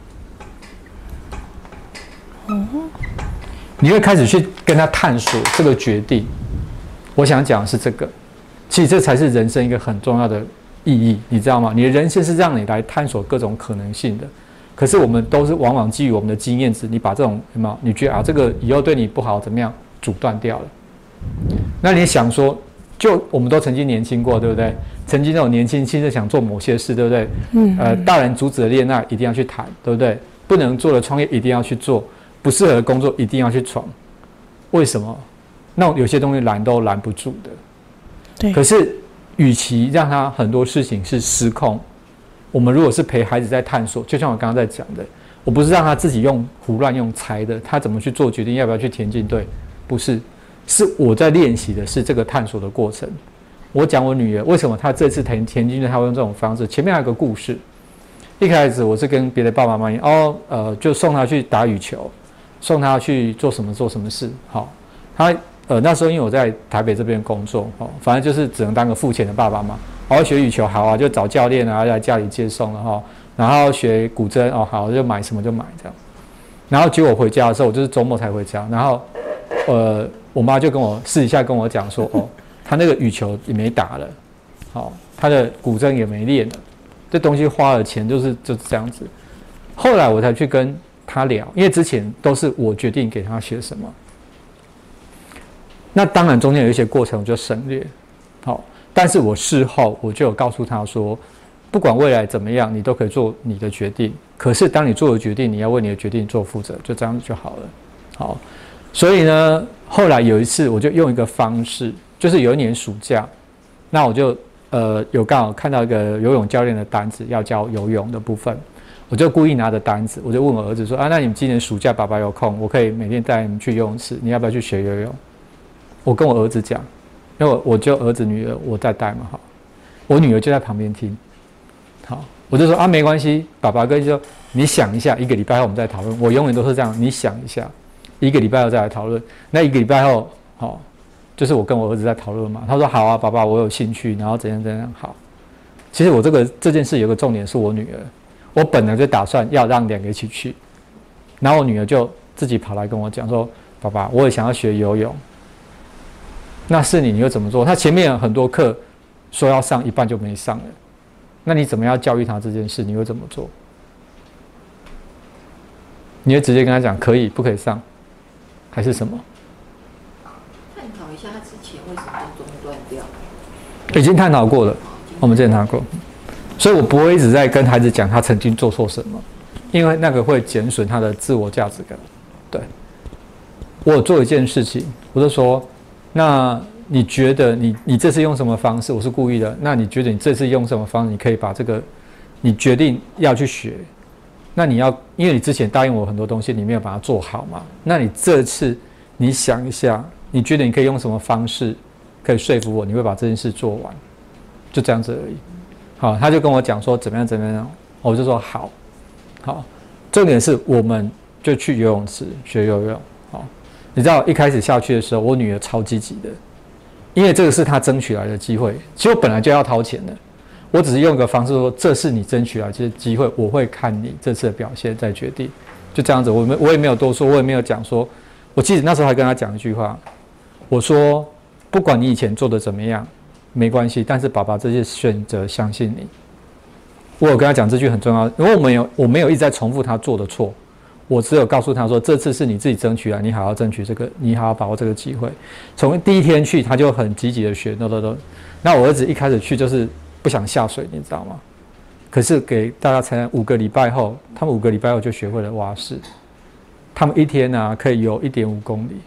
你会开始去跟他探索这个决定。我想讲的是这个，其实这才是人生一个很重要的意义，你知道吗？你的人生是让你来探索各种可能性的，可是我们都是往往基于我们的经验值，你把这种有没有？你觉得这个以后对你不好，怎么样阻断掉了？那你想说？就我们都曾经年轻过，对不对？曾经那种年轻就想做某些事，对不对？大人阻止的恋爱一定要去谈，对不对？不能做的创业一定要去做，不适合的工作一定要去闯。为什么？那有些东西拦都拦不住的。 对。 可是，与其让他很多事情是失控，我们如果是陪孩子在探索，就像我刚刚在讲的，我不是让他自己胡乱用猜的，他怎么去做决定，要不要去田径队，不是。是我在练习的是这个探索的过程。我讲我女儿为什么她这次田径队她会用这种方式。前面还有个故事，一开始我是跟别的爸爸妈妈就送她去打羽球，送她去做什么事。好，她那时候因为我在台北这边工作，反正就是只能当个付钱的爸爸嘛。我要学羽球，好啊，就找教练啊来家里接送了哈。然后学古筝好，就买什么就买这样。然后结果回家的时候，我就是周末才回家，然后我妈就跟我私底下跟我讲说，她那个羽球也没打了，她的古筝也没练了，这东西花了钱就是这样子。后来我才去跟她聊，因为之前都是我决定给她学什么，那当然中间有一些过程我就省略，但是我事后我就有告诉她说，不管未来怎么样，你都可以做你的决定，可是当你做了决定，你要为你的决定做负责，就这样子就好了。好。所以呢，后来有一次我就用一个方式，就是有一年暑假，那我就有刚好看到一个游泳教练的单子要教游泳的部分，我就故意拿着单子，我就问我儿子说那你们今年暑假爸爸有空，我可以每天带你们去游泳池，你要不要去学游泳？我跟我儿子讲，因为我就儿子女儿我在带嘛，好，我女儿就在旁边听，好，我就说没关系，爸爸跟你说你想一下，一个礼拜后我们再讨论，我永远都是这样，你想一下。一个礼拜后再来讨论，那一个礼拜后，就是我跟我儿子在讨论嘛。他说好啊，爸爸，我有兴趣，然后怎样好。其实我这件事有个重点是我女儿，我本来就打算要让两个一起去，然后我女儿就自己跑来跟我讲说，爸爸，我也想要学游泳。那是你会怎么做？他前面有很多课说要上，一半就没上了，那你怎么样教育他这件事？你会怎么做？你会直接跟他讲可以不可以上？还是什么？ 探讨一下他之前为什么要中断掉？ 已经探讨过了，我们之前谈过，所以我不会一直在跟孩子讲他曾经做错什么，因为那个会减损他的自我价值感。对，我有做一件事情，我就说，那你觉得你这次用什么方式？我是故意的。那你觉得你这次用什么方式？你可以把这个，你决定要去学。那你要，因为你之前答应我很多东西，你没有把它做好嘛？那你这次你想一下，你觉得你可以用什么方式可以说服我，你会把这件事做完，就这样子而已。好，他就跟我讲说怎么样，我就说好，重点是我们就去游泳池学游泳。好，你知道一开始下去的时候，我女儿超积极的，因为这个是她争取来的机会，其实我本来就要掏钱的，我只是用一个方式说，这是你争取来的机会，我会看你这次的表现再决定，就这样子。我也没有多说，我也没有讲说，我记得那时候还跟她讲一句话，我说不管你以前做的怎么样，没关系，但是爸爸这些选择相信你。我有跟他讲这句很重要，因为我没有一直在重复他做的错，我只有告诉他说，这次是你自己争取来，你好好争取这个，你好好把握这个机会。从第一天去，他就很积极的学，那我儿子一开始去就是不想下水，你知道吗？可是给大家猜，5个礼拜后，他们5个礼拜后就学会了蛙式，他们一天可以游1.5公里。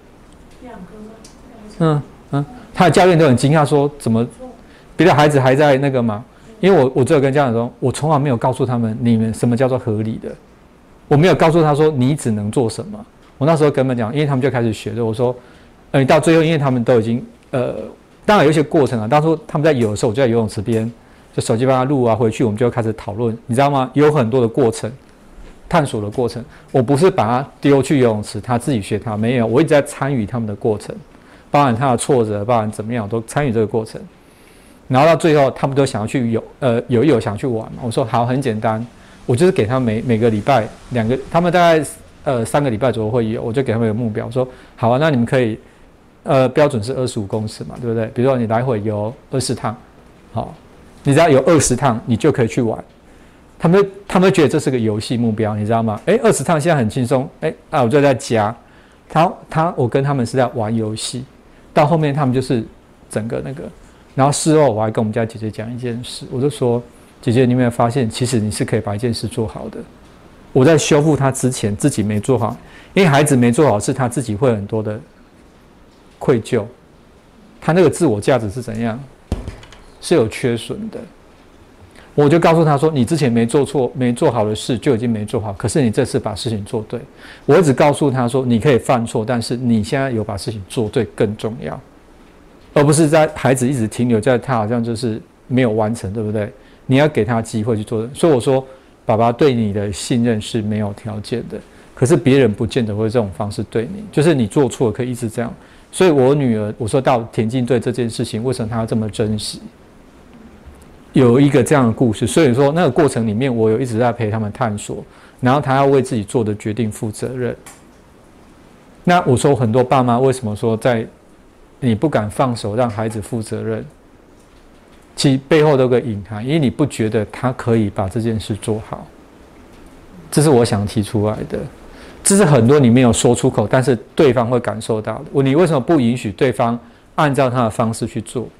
他的教练都很惊讶，说怎么别的孩子还在那个嘛？因为我只有跟家长说，我从来没有告诉他们你们什么叫做合理的，我没有告诉他说你只能做什么。我那时候跟他们讲，因为他们就开始学的，我说，你到最后，因为他们都已经当然有一些过程啊。当初他们在游的时候，我就在游泳池边，就手机帮他录啊，回去我们就开始讨论，你知道吗？有很多的过程，探索的过程。我不是把他丢去游泳池，他自己学他没有，我一直在参与他们的过程，包含他的挫折，包含怎么样，我都参与这个过程。然后到最后，他们都想要去游一游，想去玩嘛。我说好，很简单，我就是给他们每个礼拜他们大概3个礼拜左右会游，我就给他们一个目标，我说好啊，那你们可以标准是25公尺嘛，对不对？比如说你来回游20趟，好，你只要游20趟，你就可以去玩。他们觉得这是个游戏目标，你知道吗？20趟现在很轻松，我就在加。我跟他们是在玩游戏，到后面他们就是整个那个。然后事后我还跟我们家姐姐讲一件事，我就说姐姐，你有没有发现，其实你是可以把一件事做好的？我在修复它之前自己没做好，因为孩子没做好是他自己会有很多的愧疚，他那个自我价值是怎样，是有缺损的。我就告诉他说，你之前没做错、没做好的事就已经没做好，可是你这次把事情做对。我只告诉他说，你可以犯错，但是你现在有把事情做对更重要。而不是在孩子一直停留在他好像就是没有完成，对不对？你要给他机会去做。所以我说，爸爸对你的信任是没有条件的，可是别人不见得会这种方式对你，就是你做错可以一直这样。所以我女儿，我说到田径队这件事情，为什么她要这么珍惜？有一个这样的故事，所以说那个过程里面，我有一直在陪他们探索，然后她要为自己做的决定负责任。那我说很多爸妈为什么说在你不敢放手让孩子负责任，其实背后都有个隐含，因为你不觉得他可以把这件事做好，这是我想提出来的，这是很多你没有说出口，但是对方会感受到的。你为什么不允许对方按照他的方式去做？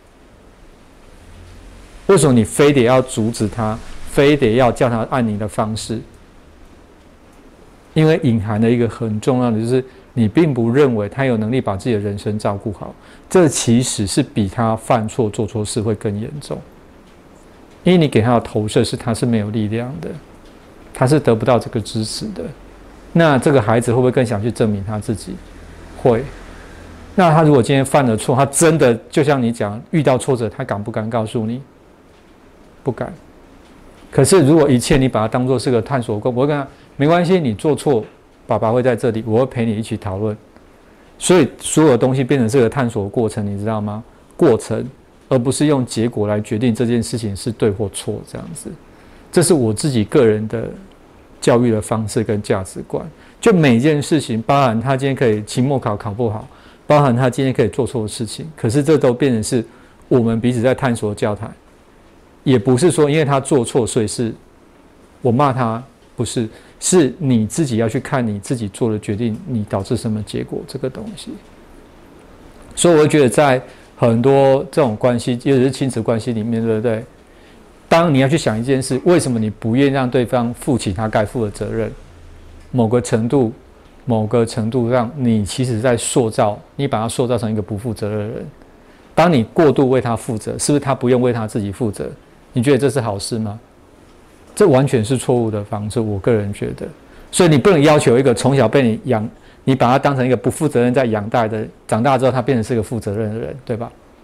为什么你非得要阻止他，非得要叫他按你的方式？因为隐含的一个很重要的就是，你并不认为他有能力把自己的人生照顾好，这其实是比他犯错做错事会更严重。因为你给他的投射是他是没有力量的，他是得不到这个支持的。那这个孩子会不会更想去证明他自己？会。那他如果今天犯了错，他真的就像你讲，遇到挫折，他敢不敢告诉你？不敢。可是如果一切你把它当作是个探索过程，我会跟他没关系，你做错，爸爸会在这里，我会陪你一起讨论。所以所有东西变成这个探索过程，你知道吗？过程，而不是用结果来决定这件事情是对或错这样子。这是我自己个人的教育的方式跟价值观。就每件事情，包含他今天可以期末考考不好，包含他今天可以做错的事情，可是这都变成是我们彼此在探索教材。也不是说因为他做错，所以是我骂他，不是，是你自己要去看你自己做的决定，你导致什么结果这个东西。所以我会觉得在很多这种关系，尤其是亲子关系里面，对不对？当你要去想一件事，为什么你不愿意让对方负起他该负的责任？某个程度上，你其实在塑造，你把他塑造成一个不负责任的人。当你过度为他负责，是不是他不用为他自己负责？你觉得这是好事吗？这完全是错误的方式，我个人觉得。所以你不能要求一个从小被你养，你把他当成一个不负责任在养大的，长大之后他变成是一个负责任的人，对吧？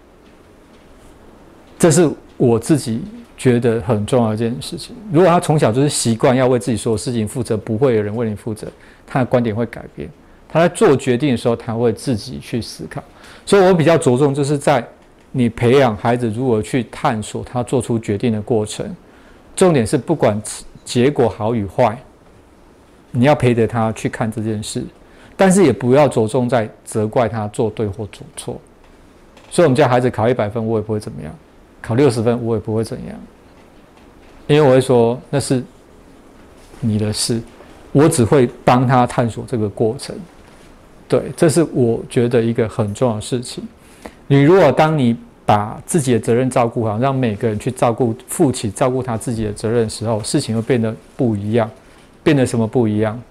这是我自己觉得很重要的一件事情。如果他从小就是习惯要为自己所有事情负责，不会有人为你负责，他的观点会改变。他在做决定的时候，他会自己去思考。所以我比较着重就是在你培养孩子如何去探索他做出决定的过程。重点是不管结果好与坏，你要陪着他去看这件事，但是也不要着重在责怪他做对或做错。所以我们家孩子考100分，我也不会怎么样；考60分，我也不会怎样，因为我会说那是你的事，我只会帮他探索这个过程。对，这是我觉得一个很重要的事情。你如果当你把自己的责任照顾好，让每个人去负起照顾他自己的责任的时候，事情会变得不一样。变得什么不一样？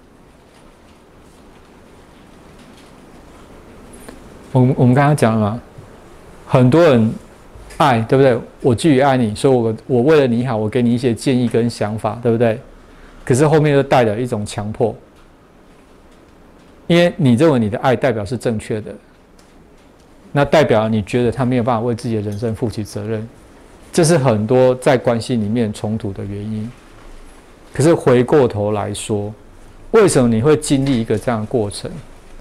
我们刚刚讲了嘛，很多人爱，对不对？我基于爱你，所以我为了你好，我给你一些建议跟想法，对不对？可是后面又带了一种强迫，因为你认为你的爱代表是正确的，那代表你觉得他没有办法为自己的人生负起责任，这是很多在关系里面冲突的原因。可是回过头来说，为什么你会经历一个这样的过程？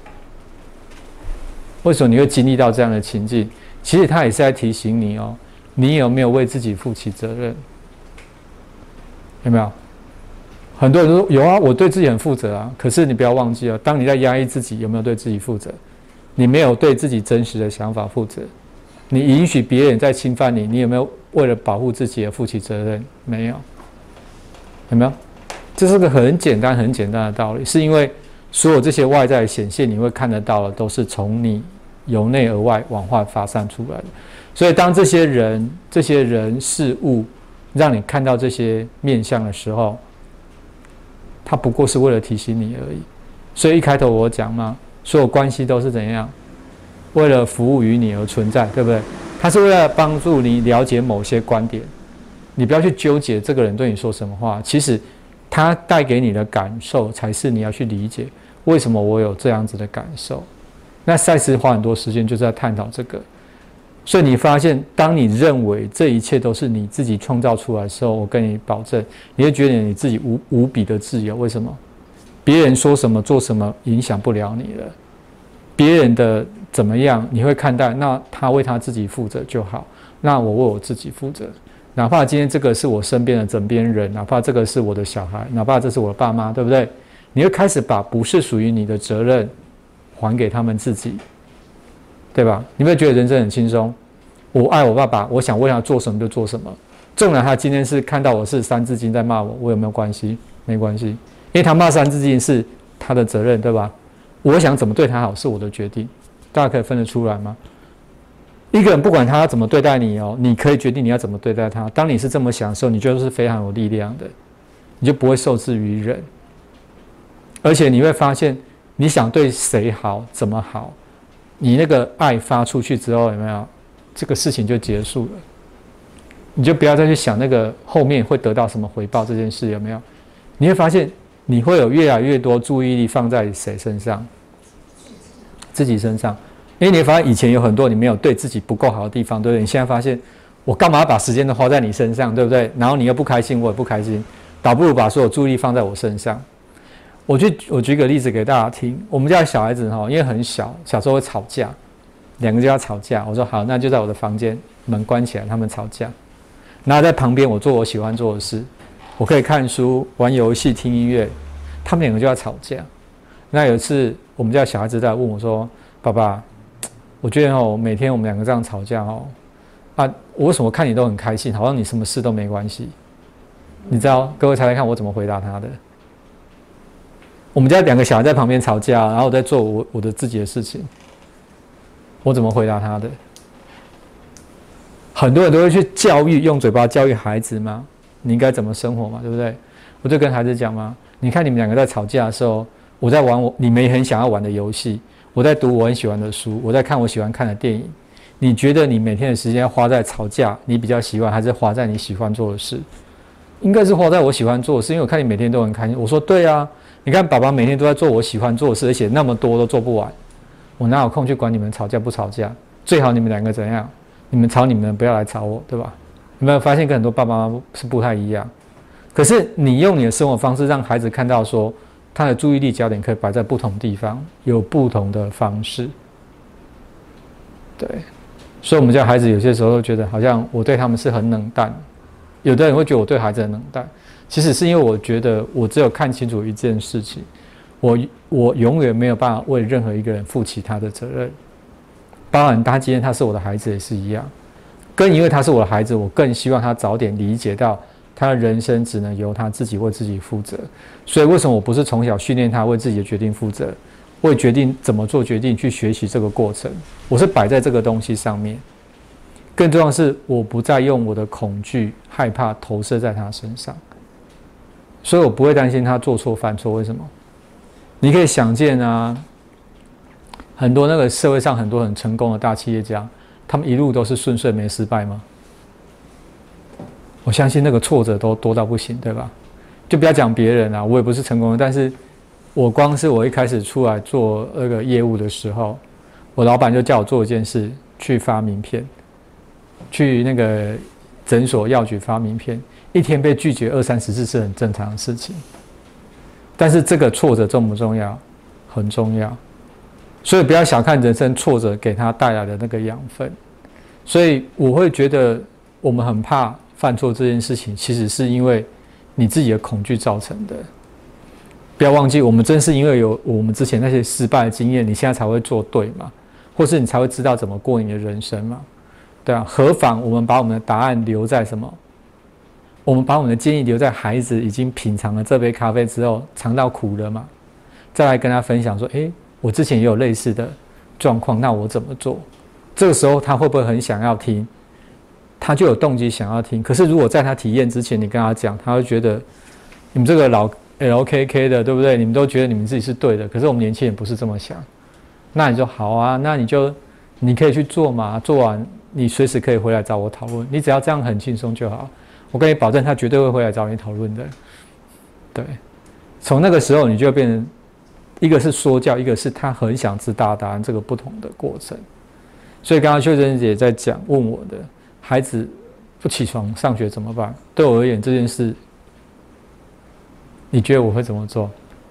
为什么你会经历到这样的情境？其实他也是在提醒你哦，你有没有为自己负起责任？有没有？很多人都说有啊，我对自己很负责啊。可是你不要忘记了，当你在压抑自己，有没有对自己负责？你没有对自己真实的想法负责。你允许别人在侵犯你，你有没有为了保护自己而负起责任？没有。有没有？这是个很简单的道理，是因为所有这些外在的显现，你会看得到的，都是从你由内而外往外发散出来的。所以，当这些人事物让你看到这些面向的时候，它不过是为了提醒你而已。所以一开头我讲嘛，所有关系都是怎样，为了服务于你而存在，对不对？它是为了帮助你了解某些观点。你不要去纠结这个人对你说什么话，其实他带给你的感受才是你要去理解为什么我有这样子的感受。那赛斯花很多时间就是在探讨这个，所以你发现当你认为这一切都是你自己创造出来的时候，我跟你保证，你会觉得你自己无比的自由。为什么？别人说什么做什么影响不了你了，别人的怎么样你会看待，那他为他自己负责就好，那我为我自己负责。哪怕今天这个是我身边的枕边人，哪怕这个是我的小孩，哪怕这是我的爸妈，对不对？你会开始把不是属于你的责任还给他们自己，对吧？你会觉得人生很轻松。我爱我爸爸，我想为他做什么就做什么。纵然他今天是看到我是三字经在骂我，我有没有关系？没关系，因为他骂三字经是他的责任，对吧？我想怎么对他好是我的决定，大家可以分得出来吗？一个人不管他怎么对待你哦，你可以决定你要怎么对待他。当你是这么想的时候，你就是非常有力量的，你就不会受制于人。而且你会发现，你想对谁好，怎么好，你那个爱发出去之后，有没有这个事情就结束了？你就不要再去想那个后面会得到什么回报这件事，有没有？你会发现，你会有越来越多注意力放在谁身上？自己身上。因为你会发现以前有很多你没有对自己不够好的地方，对不对？你现在发现我干嘛要把时间都花在你身上，对不对？然后你又不开心，我也不开心，倒不如把所有注意力放在我身上。我举个例子给大家听，我们家的小孩子因为很小，小时候会吵架，两个就要吵架。我说好，那就在我的房间门关起来，他们吵架，然后在旁边我做我喜欢做的事，我可以看书、玩游戏、听音乐，他们两个就要吵架。那有一次我们家的小孩子在问我说：“爸爸，我觉得每天我们两个这样吵架我为什么看你都很开心，好像你什么事都没关系？”你知道，各位猜猜看我怎么回答他的？我们家两个小孩在旁边吵架，然后我在做我的自己的事情，我怎么回答他的？很多人都会去用嘴巴教育孩子嘛，你应该怎么生活嘛，对不对？我就跟孩子讲嘛，你看你们两个在吵架的时候，我在玩你们很想要玩的游戏，我在读我很喜欢的书，我在看我喜欢看的电影。你觉得你每天的时间花在吵架，你比较喜欢，还是花在你喜欢做的事？应该是花在我喜欢做的事，因为我看你每天都很开心。我说对啊，你看爸爸每天都在做我喜欢做的事，而且那么多都做不完，我哪有空去管你们吵架不吵架？最好你们两个怎样？ 你们吵你们，不要来吵我，对吧？有没有发现跟很多爸爸妈妈是不太一样？可是你用你的生活方式让孩子看到说，他的注意力焦点可以摆在不同地方，有不同的方式。对，所以我们家孩子有些时候觉得好像我对他们是很冷淡，有的人会觉得我对孩子很冷淡，其实是因为我觉得我只有看清楚一件事情，我永远没有办法为任何一个人负起他的责任，包含他今天他是我的孩子也是一样，更因为他是我的孩子，我更希望他早点理解到他的人生只能由他自己为自己负责。所以为什么我不是从小训练他为自己的决定负责，为决定怎么做决定去学习这个过程，我是摆在这个东西上面。更重要的是，我不再用我的恐惧、害怕投射在他身上，所以我不会担心他做错犯错。为什么？你可以想见啊，很多那个社会上很多很成功的大企业家，他们一路都是顺遂没失败吗？我相信那个挫折都多到不行，对吧？就不要讲别人啊，我也不是成功的，但是我光是我一开始出来做那个业务的时候，我老板就叫我做一件事，去发名片，去那个诊所药局发名片，一天被拒绝20-30次是很正常的事情。但是这个挫折重不重要？很重要。所以不要小看人生挫折给他带来的那个养分。所以我会觉得我们很怕犯错这件事情，其实是因为你自己的恐惧造成的。不要忘记，我们真是因为有我们之前那些失败的经验，你现在才会做对嘛，或是你才会知道怎么过你的人生嘛。对啊，何妨我们把我们的答案留在什么？我们把我们的建议留在孩子已经品尝了这杯咖啡之后，尝到苦了嘛，再来跟他分享说，我之前也有类似的状况，那我怎么做？这个时候他会不会很想要听？他就有动机想要听。可是如果在他体验之前，你跟他讲，他会觉得你们这个老 LKK 的，对不对？你们都觉得你们自己是对的，可是我们年轻人不是这么想。那你就好啊，那你可以去做嘛，做完你随时可以回来找我讨论，你只要这样很轻松就好。我跟你保证，他绝对会回来找你讨论的。对，从那个时候你就变成一个是说教，一个是他很想知道答案，这个不同的过程。所以刚刚秀珍姐在讲，问我的孩子不起床上学怎么办？对我而言这件事，你觉得我会怎么做？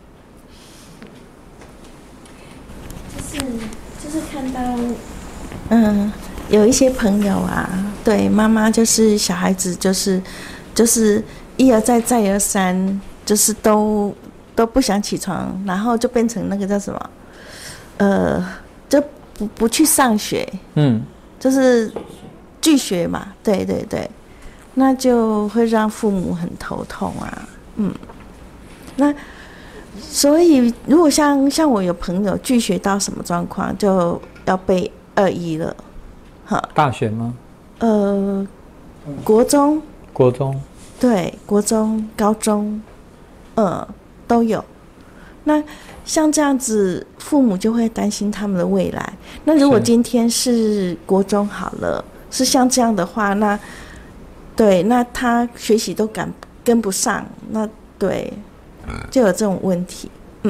就是看到，有一些朋友啊，对妈妈就是小孩子就是一而再再而三，就是都不想起床，然后就变成那个叫什么，就不去上学，就是拒学嘛，对，那就会让父母很头痛啊，那所以如果像我有朋友拒学到什么状况，就要被2-1了。 大学吗？ 国中，对，国中、高中，都有。那像这样子，父母就会担心他们的未来。那如果今天是国中好了，是像这样的话，那他学习都跟不上，那对，就有这种问题。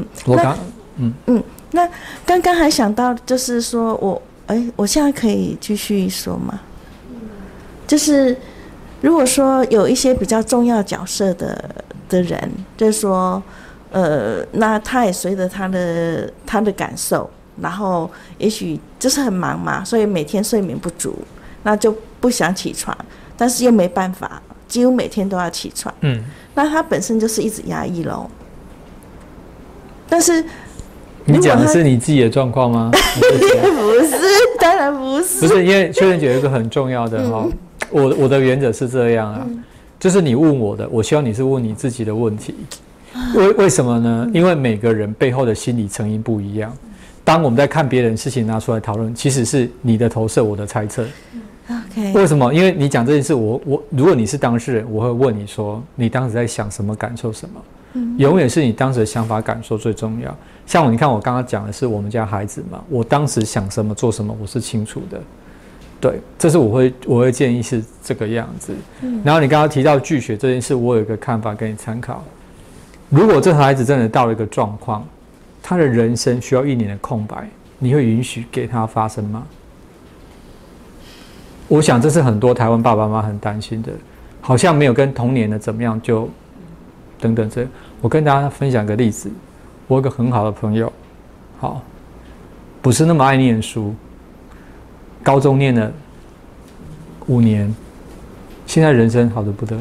那刚刚还想到，就是说我现在可以继续说吗？就是如果说有一些比较重要角色的人，就是说，那他也随着他的感受，然后也许就是很忙嘛，所以每天睡眠不足，那就不想起床，但是又没办法，几乎每天都要起床。那他本身就是一直压抑咯。但是你讲的是你自己的状况吗？ 不是，当然不是。 不是，因为秀珍姐有一个很重要的我的原则是这样啊，就是你问我的，我希望你是问你自己的问题。为什么呢？因为每个人背后的心理成因不一样。当我们在看别人事情拿出来讨论，其实是你的投射，我的猜测。 Okay. 为什么？因为你讲这件事，如果你是当事人，我会问你说，你当时在想什么，感受什么？永远是你当时的想法感受最重要。像你看我刚刚讲的是我们家孩子嘛，我当时想什么做什么我是清楚的，对，这是我会建议是这个样子。然后你刚刚提到拒学这件事，我有一个看法给你参考。如果这孩子真的到了一个状况，他的人生需要1年的空白，你会允许给他发生吗？ 我想这是很多台湾爸爸妈妈很担心的，好像没有跟同年的怎么样就等等这。我跟大家分享个例子，我有个很好的朋友，好，不是那么爱念书，高中念了5年，现在人生好得不得了。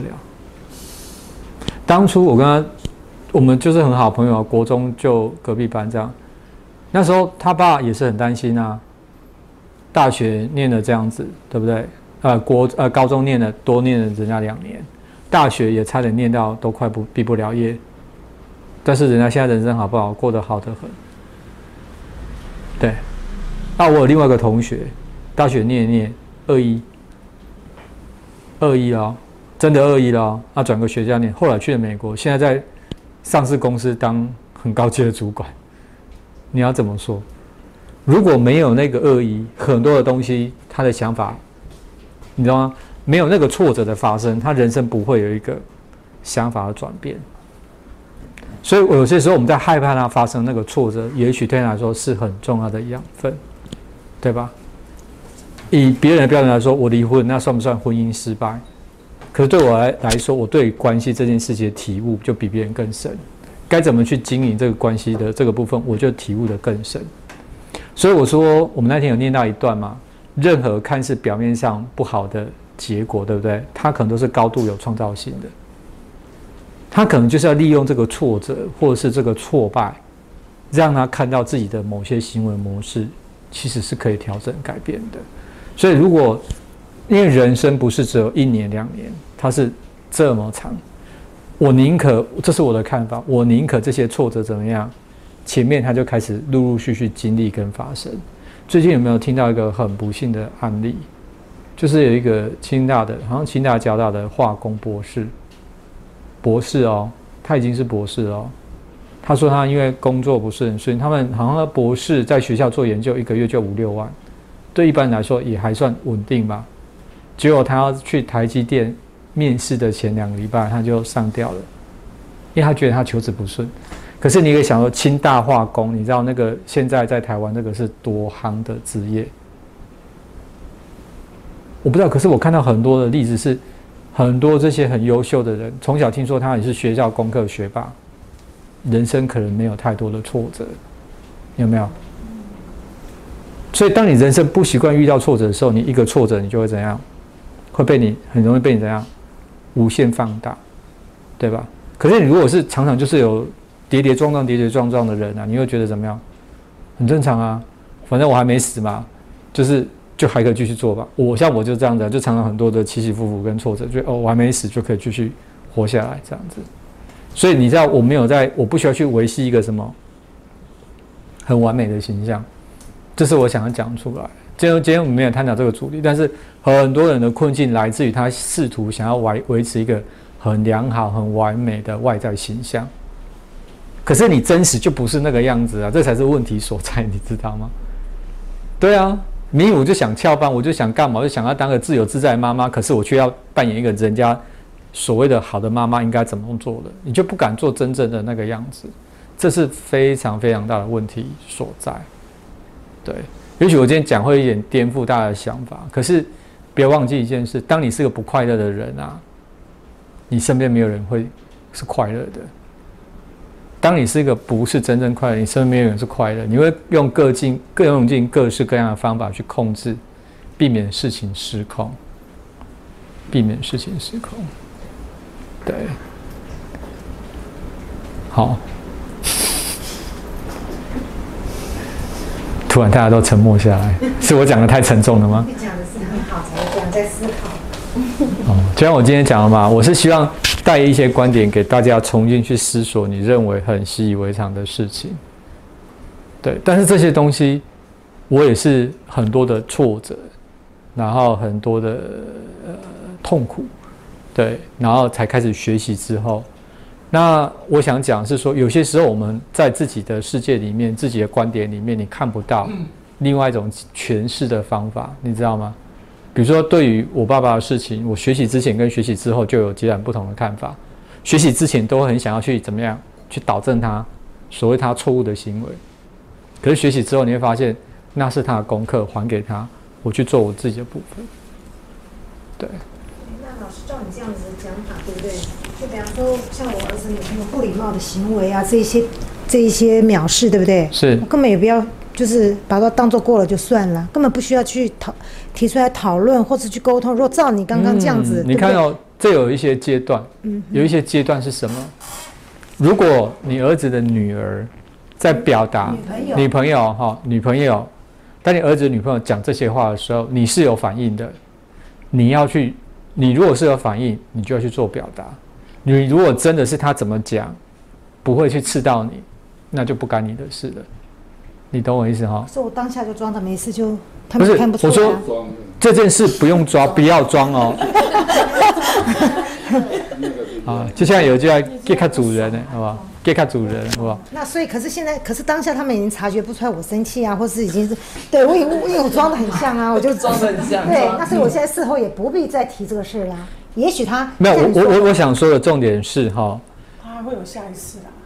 当初我跟他，我们就是很好朋友，国中就隔壁班这样。那时候他爸也是很担心啊，大学念了这样子，对不对？高中念了多念了人家2年，大学也差点念到都快毕不了业。但是人家现在人生好不好，过得好得很。对，那我有另外一个同学，大学念一念21了，真的21了，他转个学校念，后来去了美国，现在在上市公司当很高阶的主管。你要怎么说？如果没有那个21，很多的东西，他的想法，你知道吗？没有那个挫折的发生，他人生不会有一个想法的转变。所以有些时候我们在害怕它发生那个挫折，也许对他来说是很重要的养分，对吧？以别人的标准来说，我离婚那算不算婚姻失败？可是对我来说，我对关系这件事情的体悟就比别人更深。该怎么去经营这个关系的这个部分，我就体悟得更深。所以我说，我们那天有念到一段嘛，任何看似表面上不好的结果，对不对？它可能都是高度有创造性的。他可能就是要利用这个挫折或者是这个挫败，让他看到自己的某些行为模式其实是可以调整改变的。所以如果因为人生不是只有1年2年，它是这么长，我宁可，这是我的看法，我宁可这些挫折怎么样，前面他就开始陆陆续续经历跟发生。最近有没有听到一个很不幸的案例？就是有一个好像清大交大的化工博士哦，他已经是博士了哦。他说他因为工作不是很顺，他们好像博士在学校做研究，1个月就5、6万，对一般来说也还算稳定吧。结果他要去台积电面试的前2个礼拜，他就上吊了，因为他觉得他求职不顺。可是你可以想说，清大化工，你知道那个现在在台湾那个是多夯的职业，我不知道。可是我看到很多的例子是。很多这些很优秀的人，从小听说他也是学校功课学霸，人生可能没有太多的挫折，有没有？所以当你人生不习惯遇到挫折的时候，你一个挫折你就会怎样？很容易被你怎样？无限放大，对吧？可是你如果是常常就是有跌跌撞撞的人啊，你会觉得怎么样？很正常啊，反正我还没死嘛，就还可以继续做吧。我就这样子，就常常很多的起起伏伏跟挫折，我还没死就可以继续活下来这样子。所以你知道我不需要去维系一个什么很完美的形象，这是我想要讲出来。今天我们没有探讨这个主题，但是很多人的困境来自于他试图想要维持一个很良好、很完美的外在形象，可是你真实就不是那个样子啊，这才是问题所在，你知道吗？对啊。我就想翘班，我就想干嘛，我就想要当个自由自在的妈妈，可是我却要扮演一个人家所谓的好的妈妈应该怎么做的，你就不敢做真正的那个样子，这是非常非常大的问题所在。对，也许我今天讲会有点颠覆大家的想法，可是不要忘记一件事，当你是个不快乐的人啊，你身边没有人会是快乐的。当你是一个不是真正快乐，你身边没有人是快乐，你会用用尽各式各样的方法去控制，避免事情失控。对，好。突然大家都沉默下来，是我讲的太沉重了吗？ 你讲的是很好，才会这样在思考。 就像我今天讲的嘛，我是希望带一些观点给大家重新去思索你认为很习以为常的事情。对，但是这些东西我也是很多的挫折，然后很多的痛苦，对，然后才开始学习之后，那我想讲是说，有些时候我们在自己的世界里面、自己的观点里面，你看不到另外一种诠释的方法，你知道吗？比如说，对于我爸爸的事情，我学习之前跟学习之后就有截然不同的看法。学习之前都很想要去怎么样去导正他所谓他错误的行为，可是学习之后你会发现，那是他的功课，还给他，我去做我自己的部分。 对。 那老师照你这样子的讲法，对不对？就比方说，像我儿子有那种不礼貌的行为啊，这一些藐视，对不对？ 是。 我根本也不要，就是把它当做过了就算了，根本不需要去提出来讨论或者去沟通。如果照你刚刚这样子， 你看哦，这有一些阶段，有一些阶段是什么？如果你儿子的女儿在表达女朋友，当你儿子女朋友讲这些话的时候，你是有反应的，你如果是有反应，你就要去做表达。你如果真的是他怎么讲，不会去刺到你，那就不干你的事了。你懂我意思哈？ 所以我当下就装的没事，就他们看不出来。 我说这件事不用装，不要装哦。啊，就像有句话，给他主人呢，好不好？给他主人，好不好？ 那所以，可是当下他们已经察觉不出来我生气啊，或是已经是对我因为我装的很像啊，我就装的很像。对，那所以我现在事后也不必再提这个事啦。也许他没有，我想说的重点是哈， 他会有下一次啦。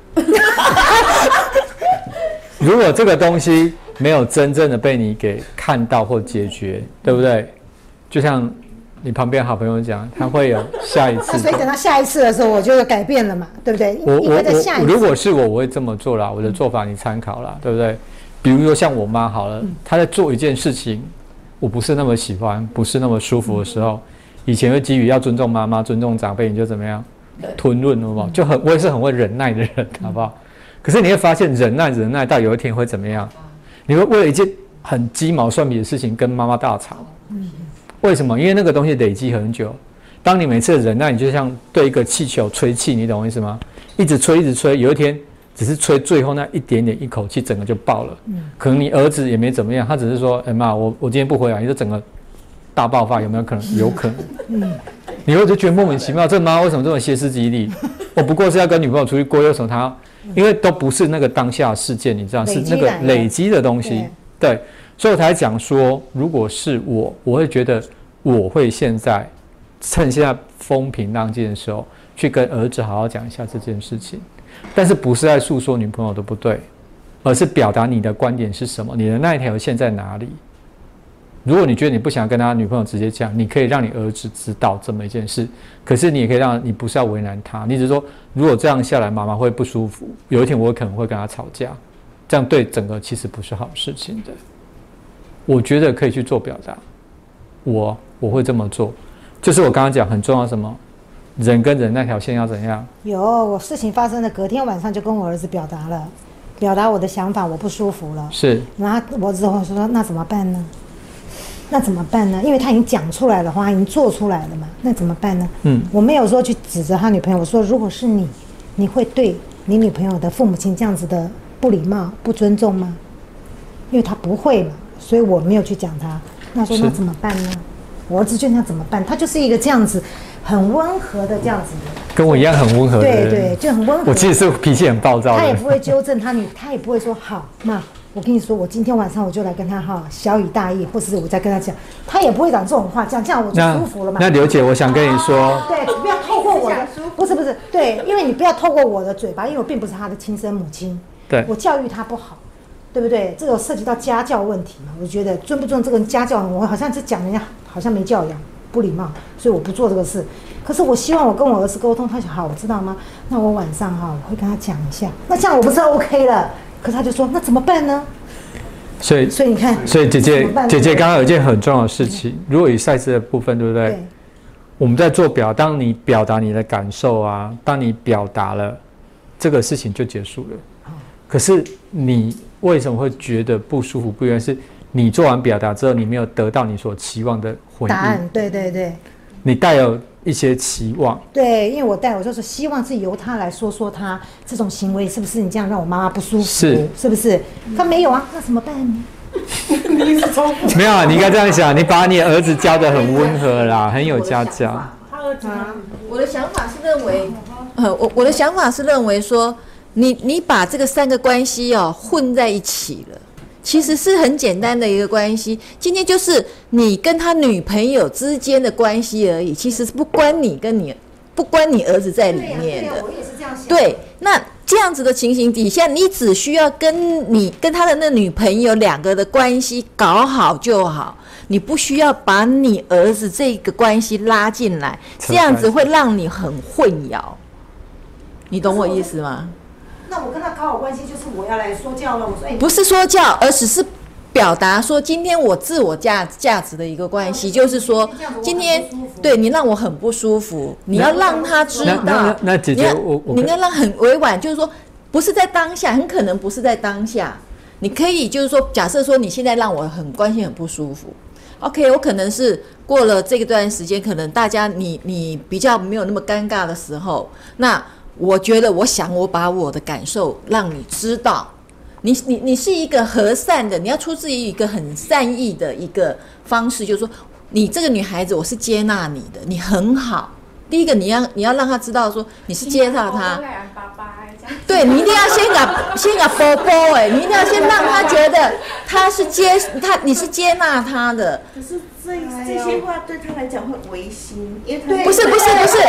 如果这个东西没有真正的被你给看到或解决，对不对？就像你旁边好朋友讲，他会有下一次。 所以等他下一次的时候，我就改变了嘛，对不对？ 我如果是我会这么做啦，我的做法你参考啦，对不对？比如说像我妈好了，她在做一件事情，我不是那么喜欢，不是那么舒服的时候，以前会基于要尊重妈妈、尊重长辈，你就怎么样吞润，好不好？我也是很会忍耐的人，好不好？可是你会发现忍耐到有一天会怎么样？你会为了一件很鸡毛蒜皮的事情跟妈妈大吵。为什么？因为那个东西累积很久。当你每次忍耐，你就像对一个气球吹气，你懂我意思吗？一直吹，有一天只是吹最后那一点点一口气，整个就爆了。可能你儿子也没怎么样，他只是说：“哎妈，我今天不回来，你就整个大爆发，有没有可能？有可能。你会就觉得莫名其妙，这妈为什么这么歇斯底里？我不过是要跟女朋友出去过，为什么他？因为都不是那个当下事件，你知道，是那个累积的东西。对，所以我才讲说，如果是我会觉得我会现在趁现在风平浪静的时候，去跟儿子好好讲一下这件事情。但是不是在诉说女朋友的不对，而是表达你的观点是什么，你的那一条线在哪里。如果你觉得你不想跟他女朋友直接讲，你可以让你儿子知道这么一件事，可是你也可以让你不是要为难他，你只是说如果这样下来妈妈会不舒服，有一天我可能会跟他吵架，这样对整个其实不是好事情的。我觉得可以去做表达，我会这么做，就是我刚刚讲很重要什么，人跟人那条线要怎样。 我事情发生的隔天晚上就跟我儿子表达我的想法，我不舒服了。 是， 然后我儿子会说那怎么办呢？那怎么办呢？因为他已经讲出来了，他已经做出来了嘛，那怎么办呢？我没有说去指责他女朋友，我说如果是你会对你女朋友的父母亲这样子的不礼貌、不尊重吗？因为他不会嘛，所以我没有去讲他。那说那怎么办呢？我儿子就那怎么办？他就是一个这样子很温和的这样子的， 跟我一样很温和的人。 对，就很温和。 我其实是脾气很暴躁的。 他也不会纠正他也不会说好妈。我跟你说，我今天晚上我就来跟他小以大义，或是我再跟他讲，他也不会讲这种话，这样我就舒服了嘛。 那刘姐，我想跟你说， 对，不要透过我的，不是，对，因为你不要透过我的嘴巴，因为我并不是他的亲生母亲， 对， 我教育他不好，对不对？这个涉及到家教问题嘛，我觉得尊不尊这个家教，我好像是讲人家好像没教养，不礼貌，所以我不做这个事。可是我希望我跟我儿子沟通，他说好，我知道吗？那我晚上我会跟他讲一下，那这样我不是 OK 了？可是他就说那怎么办呢？所以你看， 所以姐姐刚刚有一件很重要的事情，如果以赛事的部分，对不对？对。我们在做当你表达你的感受啊，当你表达了，这个事情就结束了。可是你为什么会觉得不舒服？不原是你做完表达之后，你没有得到你所期望的回应。 答案，对。 你带有一些期望。对， 因为我就是希望是由他来说他这种行为是不是你这样让我妈妈不舒服？是不是？他没有啊，那怎么办呢？ 没有啊，你应该这样想，你把你儿子教得很温和啦，很有家教。 我的想法是认为，我的想法是认为说，你把这个3个关系混在一起了。其实是很简单的一个关系，今天就是你跟他女朋友之间的关系而已，其实是不关你儿子在里面的。对，我也是这样想。对，那这样子的情形底下，你只需要跟他的那女朋友两个的关系搞好就好，你不需要把你儿子这个关系拉进来，这样子会让你很混淆。你懂我意思吗？ 那我跟他搞好关系，就是我要来说教了。我说， 不是说教，而只是表达说，今天我自我价值的一个关系，就是说，今天对你让我很不舒服，你要让他知道。 那姐姐， 你要让很委婉，就是说，不是在当下，很可能不是在当下。你可以就是说，假设说你现在让我很关心很不舒服 ，OK， 我可能是过了这段时间，可能大家你比较没有那么尴尬的时候，那我觉得我把我的感受让你知道。你是一个和善的，你要出自于一个很善意的一个方式，就是说，你这个女孩子，我是接纳你的，你很好。第一个，你要让她知道说你是接纳她，对你一定要先给波波你一定要先让她觉得你是接纳她的。 可是这些话对他来讲会违心，因为他不是我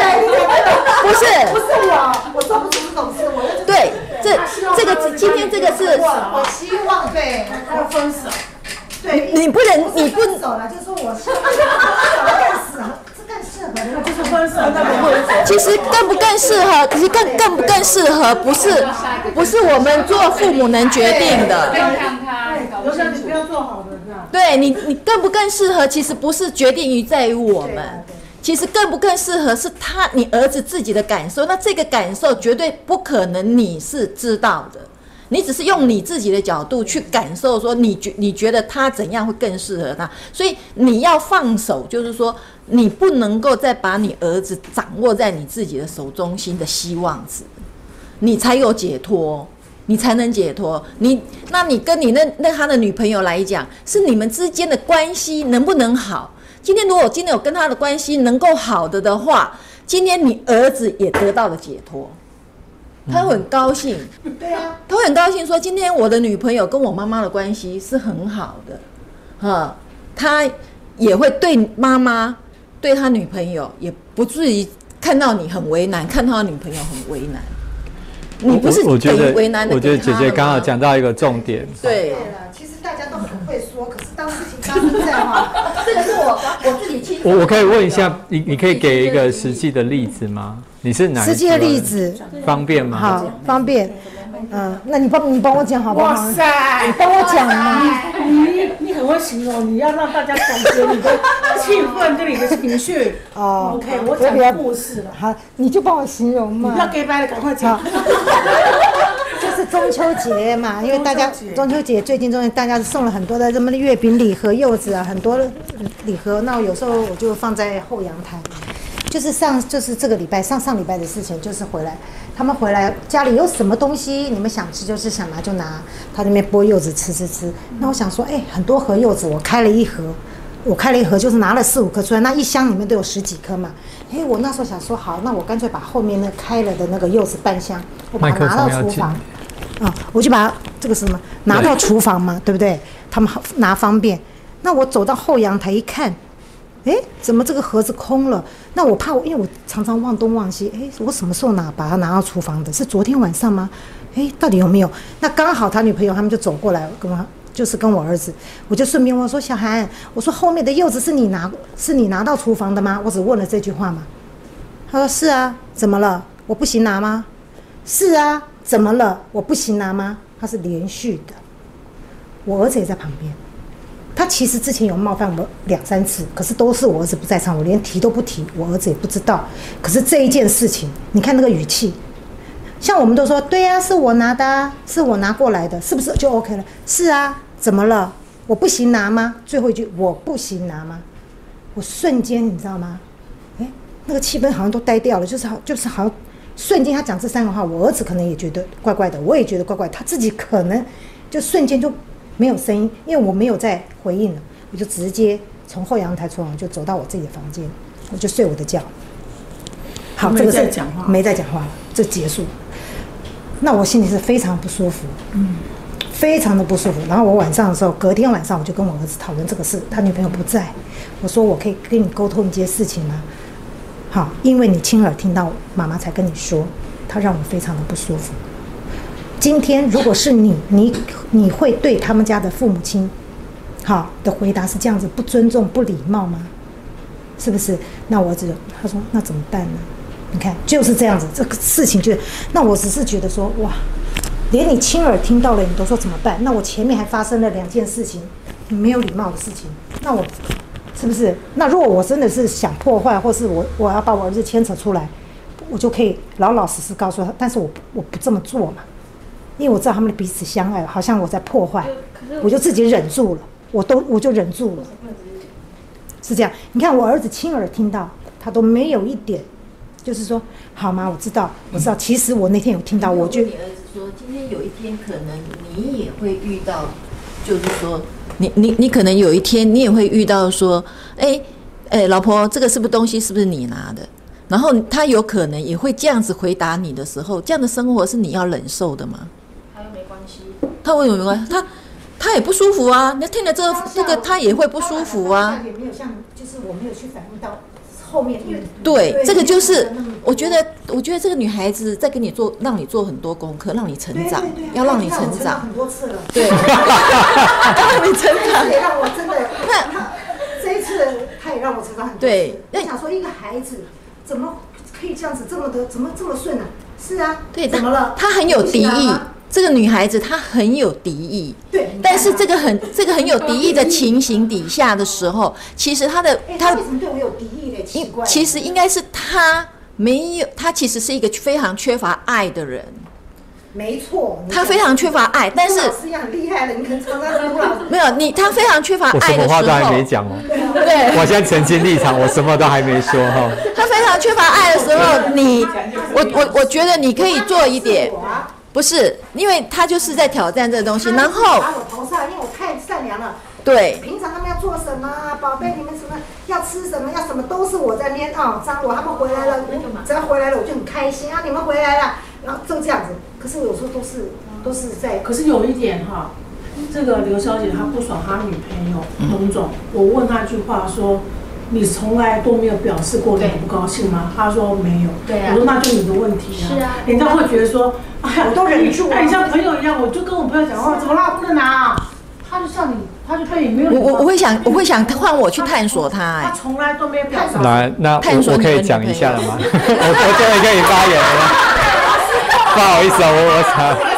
做不出这种事， 对，这个今天这个是我希望对他要分手，对， 你不能分手了，就是说我希望更适合的，就是分手， 其实更不更适合，其实更不更适合，不是我们做父母能决定的。 有时候你不要做好的，是吧？ 对你更不更适合，其实不是决定于在于我们。其实更不更适合是你儿子自己的感受，那这个感受绝对不可能你是知道的，你只是用你自己的角度去感受，说你觉得他怎样会更适合他，所以你要放手，就是说你不能够再把你儿子掌握在你自己的手中心的希望值，你才有解脱，你才能解脱。那你跟你那他的女朋友来讲，是你们之间的关系能不能好？今天如果有跟他的关系能够好的话，今天你儿子也得到了解脱，他会很高兴。 对啊， 他会很高兴说，今天我的女朋友跟我妈妈的关系是很好的，他也会对妈妈对他女朋友也不至于看到你很为难，看到他女朋友很为难。你不是等于为难的。 我觉得姐姐刚好讲到一个重点。 对了，其实大家都很会说，可是当事情发生在这个是我自己亲。 我可以问一下，你可以给一个实际的例子吗？你是哪一个？ 实际的例子方便吗？ 好，方便。那你帮我讲好不好？哇塞，你帮我讲嘛。 你很会形容，你要让大家感觉你的气氛跟你的情绪。哦 ，OK， 我讲故事了。 好，你就帮我形容嘛。 不要给掰了，赶快讲。 就是中秋节嘛，因为大家中秋节最近大家送了很多的什么月饼礼盒、柚子啊，很多礼盒。那有时候我就放在后阳台。就是这个礼拜上礼拜的事情，就是他们回来家里有什么东西，你们想吃就是想拿就拿，他那边剥柚子吃。那我想说，很多盒柚子，我开了一盒就是拿了4-5颗出来，那一箱里面都有10几颗嘛。我那时候想说，好，那我干脆把后面那开了的那个柚子半箱，我把它拿到厨房，我就把这个什么拿到厨房嘛，对不对？他们拿方便。那我走到后阳台一看。怎么这个盒子空了？那我怕因为我常常忘东忘西，我什么时候把它拿到厨房的？是昨天晚上吗？到底有没有？那刚好他女朋友他们就走过来跟我儿子，我就顺便问说，小涵，我说后面的柚子是你拿到厨房的吗？我只问了这句话嘛。他说是啊，怎么了？我不行拿吗？是啊，怎么了？我不行拿吗？他是连续的，我儿子也在旁边。他其实之前有冒犯我2-3次，可是都是我儿子不在场，我连提都不提，我儿子也不知道。可是这一件事情，你看那个语气，像我们都说对啊，是我拿的啊，是我拿过来的，是不是就 OK 了？是啊，怎么了？我不行拿吗？最后一句我不行拿吗？我瞬间你知道吗？那个气氛好像都呆掉了，就是好像瞬间他讲这3个话，我儿子可能也觉得怪怪的，我也觉得怪怪，他自己可能就瞬间就。没有声音，因为我没有再回应了，我就直接从后阳台厨房就走到我自己的房间，我就睡我的觉。好，这个是没再讲话了，这结束。那我心里是非常不舒服，非常的不舒服。然后我晚上的时候，隔天晚上我就跟我儿子讨论这个事，他女朋友不在，我说我可以跟你沟通一些事情吗？好，因为你亲耳听到妈妈才跟你说，她让我非常的不舒服。 今天如果是你会对他们家的父母亲，好的回答是这样子，不尊重、不礼貌吗？是不是？那我他说那怎么办呢？你看就是这样子，这个事情那我只是觉得说哇，连你亲耳听到了，你都说怎么办？那我前面还发生了2件事情，没有礼貌的事情，那我是不是？那如果我真的是想破坏，或是我要把我儿子牵扯出来，我就可以老老实实告诉他，但是我不这么做嘛，因为我知道他们彼此相爱，好像我在破坏，我就自己忍住了，我就忍住了，是这样。你看我儿子亲耳听到，他都没有一点，就是说好吗？我知道，其实我那天有听到，我就你儿子说，今天有一天可能你也会遇到，就是说你可能有一天你也会遇到说，老婆，这个是不是东西是不是你拿的？然后他有可能也会这样子回答你的时候，这样的生活是你要忍受的吗？ 他又没关系。 他为什么没关系？他也不舒服啊！你听了这个他也会不舒服啊。 也没有像，就是我没有去反映到后面，因为对，这个就是我觉得这个女孩子在跟你让你做很多功课，让你成长，要让你成长很多次了。 对，要让你成长。 也让我真的，这一次他也让我成长很多次。 对， 我想说一个孩子怎么可以这样子怎么这么顺啊？是啊， 对， 怎么了？ 她很有敌意。这个女孩子她很有敌意， 对， 但是这个很有敌意的情形底下的时候，其实她为什么对我有敌意呢？奇怪， 其实应该是她没有，她其实是一个非常缺乏爱的人。 没错， 她非常缺乏爱，但是老师一样很厉害的，你可能常常跟老师没有你，她非常缺乏爱的时候， 我什么话都还没讲哦。 对， 我现在澄清立场，我什么都还没说哈。 她非常缺乏爱的时候，我觉得你可以做一点。不是，因为他就是在挑战这个东西，然后把我头上，因为我太善良了。 对， 平常他们要做什么，宝贝，你们什么要吃什么，要什么都是我在那边张罗。他们回来了，只要回来了我就很开心啊，你们回来了，然后就这样子。可是有时候都是在。 可是有一点哈，这个刘小姐她不爽她女朋友龙总，我问她一句话说。你从来都没有表示过你不高兴吗？他说没有。 对啊。 我说那就你的问题啊。 是啊。 人家会觉得说，哎呀， 我都忍住了。 你像朋友一样，我就跟我朋友讲话，怎么啦？不能拿。他就像你，他就对你没有。 我会想换我去探索他。 他从来都没有表示。 来，那我可以讲一下了吗？我终于可以发言了。不好意思啊，我想。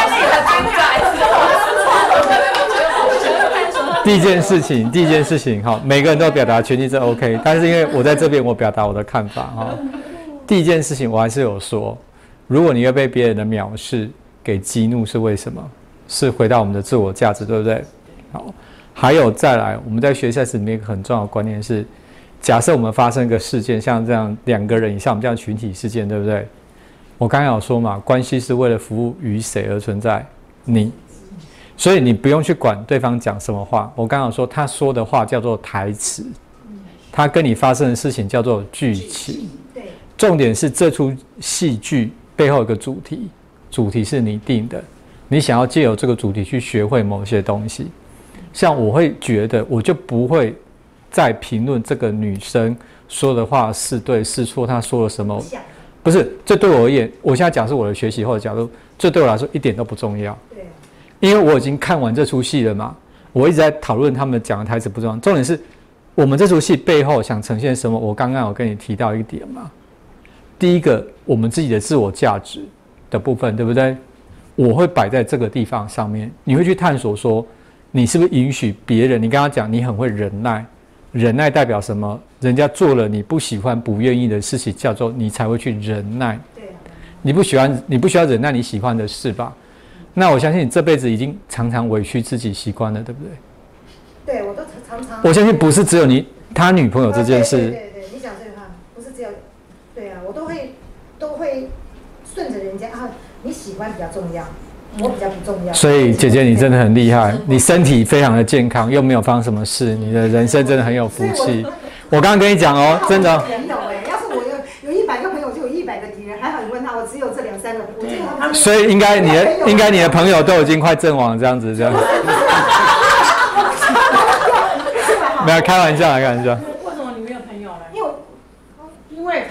第一件事情哈，每个人都表达权利，这 OK。但是因为我在这边，我表达我的看法哈。第一件事情我还是有说，如果你会被别人的藐视给激怒，是为什么？是回到我们的自我价值，对不对？好，还有再来，我们在学赛史里面一个很重要的观念是，假设我们发生一个事件，像这样2个人以上，我们叫群体事件，对不对？我刚才有说嘛，关系是为了服务于谁而存在？你。所以你不用去管对方讲什么话，我刚刚说他说的话叫做台词，他跟你发生的事情叫做剧情。 对， 重点是这出戏剧背后有个主题，主题是你定的，你想要借由这个主题去学会某些东西。像我会觉得，我就不会再评论这个女生说的话是对是错，她说了什么，不是，这对我而言，我现在讲是我的学习后的角度，这对我来说一点都不重要。因为我已经看完这出戏了嘛，我一直在讨论他们讲的台词不重要，重点是我们这出戏背后想呈现什么。我刚刚有跟你提到一点嘛，第一个，我们自己的自我价值的部分，对不对？我会摆在这个地方上面，你会去探索说，你是不是允许别人？你刚刚讲你很会忍耐，忍耐代表什么？人家做了你不喜欢、不愿意的事情，叫做你才会去忍耐。你不需要忍耐你喜欢的事吧？那我相信你这辈子已经常常委屈自己习惯了，对不对？ 对，我都常常。 我相信不是只有他女朋友这件事。 对，你讲这个话不是只有，对啊，我都会顺着人家啊，你喜欢比较重要，我比较不重要。 所以姐姐你真的很厉害，你身体非常的健康，又没有发生什么事，你的人生真的很有福气。我刚刚跟你讲哦，真的。 朋友要是我有100个朋友，就有100个敌人。还好你问他，我只有这2、3个，我这个。 所以应该你的朋友都已经快阵亡这样子，这样。没有开玩笑，开玩笑。 为什么你没有朋友呢？因为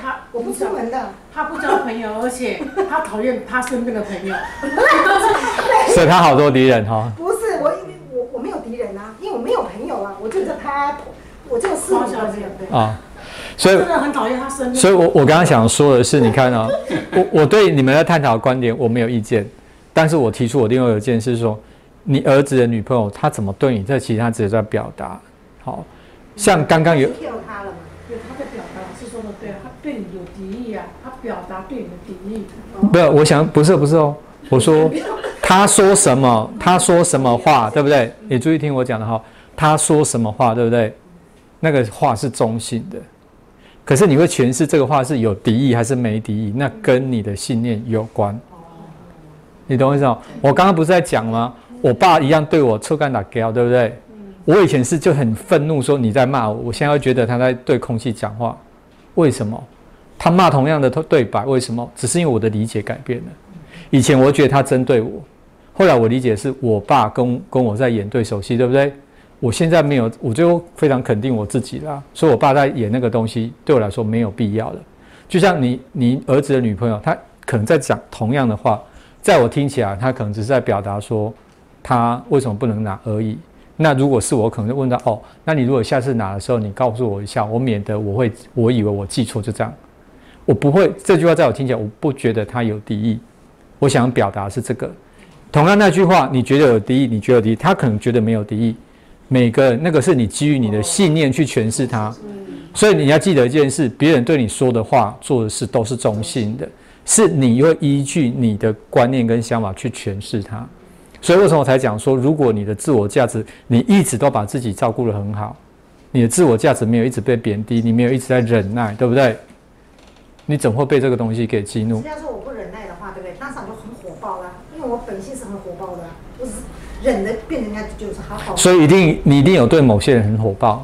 不出门的， 他不交朋友，而且他讨厌他身边的朋友， 所以他好多敌人哈。 不是我没有敌人啊，因为我没有朋友啊，我就他，我就四五个朋友啊。所以真的很讨厌他身边。 所以我刚刚想说的是，你看啊，我对你们在探讨的观点我没有意见，但是我提出我另外一件是说，你儿子的女朋友她怎么对你，这其实她只是在表达。好，像刚刚有他了嘛， 对，他在表达是说的对，他对你有敌意啊，他表达对你的敌意。 不是，我想不是哦，我说他说什么，他说什么话，对不对？你注意听我讲的哈，他说什么话，对不对？那个话是中性的。可是你会诠释这个话是有敌意还是没敌意，那跟你的信念有关。你懂我意思吗？我刚刚不是在讲吗？我爸一样对我臭干打胶，对不对？我以前是就很愤怒说你在骂我，我现在会觉得他在对空气讲话。为什么？他骂同样的对白，为什么？只是因为我的理解改变了。以前我觉得他针对我，后来我理解是我爸跟我在演对手戏，对不对？我现在没有，我就非常肯定我自己啦。所以我爸在演那个东西，对我来说没有必要了。就像你儿子的女朋友，她可能在讲同样的话，在我听起来，她可能只是在表达说她为什么不能拿而已。那如果是我，可能就问到哦，那你如果下次拿的时候，你告诉我一下，我免得我以为我记错，就这样。我不会这句话在我听起来，我不觉得他有敌意。我想表达是这个。同样那句话，你觉得有敌意，你觉得有敌意，他可能觉得没有敌意。每个那个是你基于你的信念去诠释它，所以你要记得一件事：别人对你说的话、做的事都是中性的，是你会依据你的观念跟想法去诠释它。所以为什么我才讲说，如果你的自我价值，你一直都把自己照顾得很好，你的自我价值没有一直被贬低，你没有一直在忍耐，对不对？你怎会被这个东西给激怒？ 只要说我不忍耐的话，对不对？当场就很火爆啦，因为我本性是很火爆的，我只是忍的变成人家就是好好。 所以你一定有对某些人很火爆。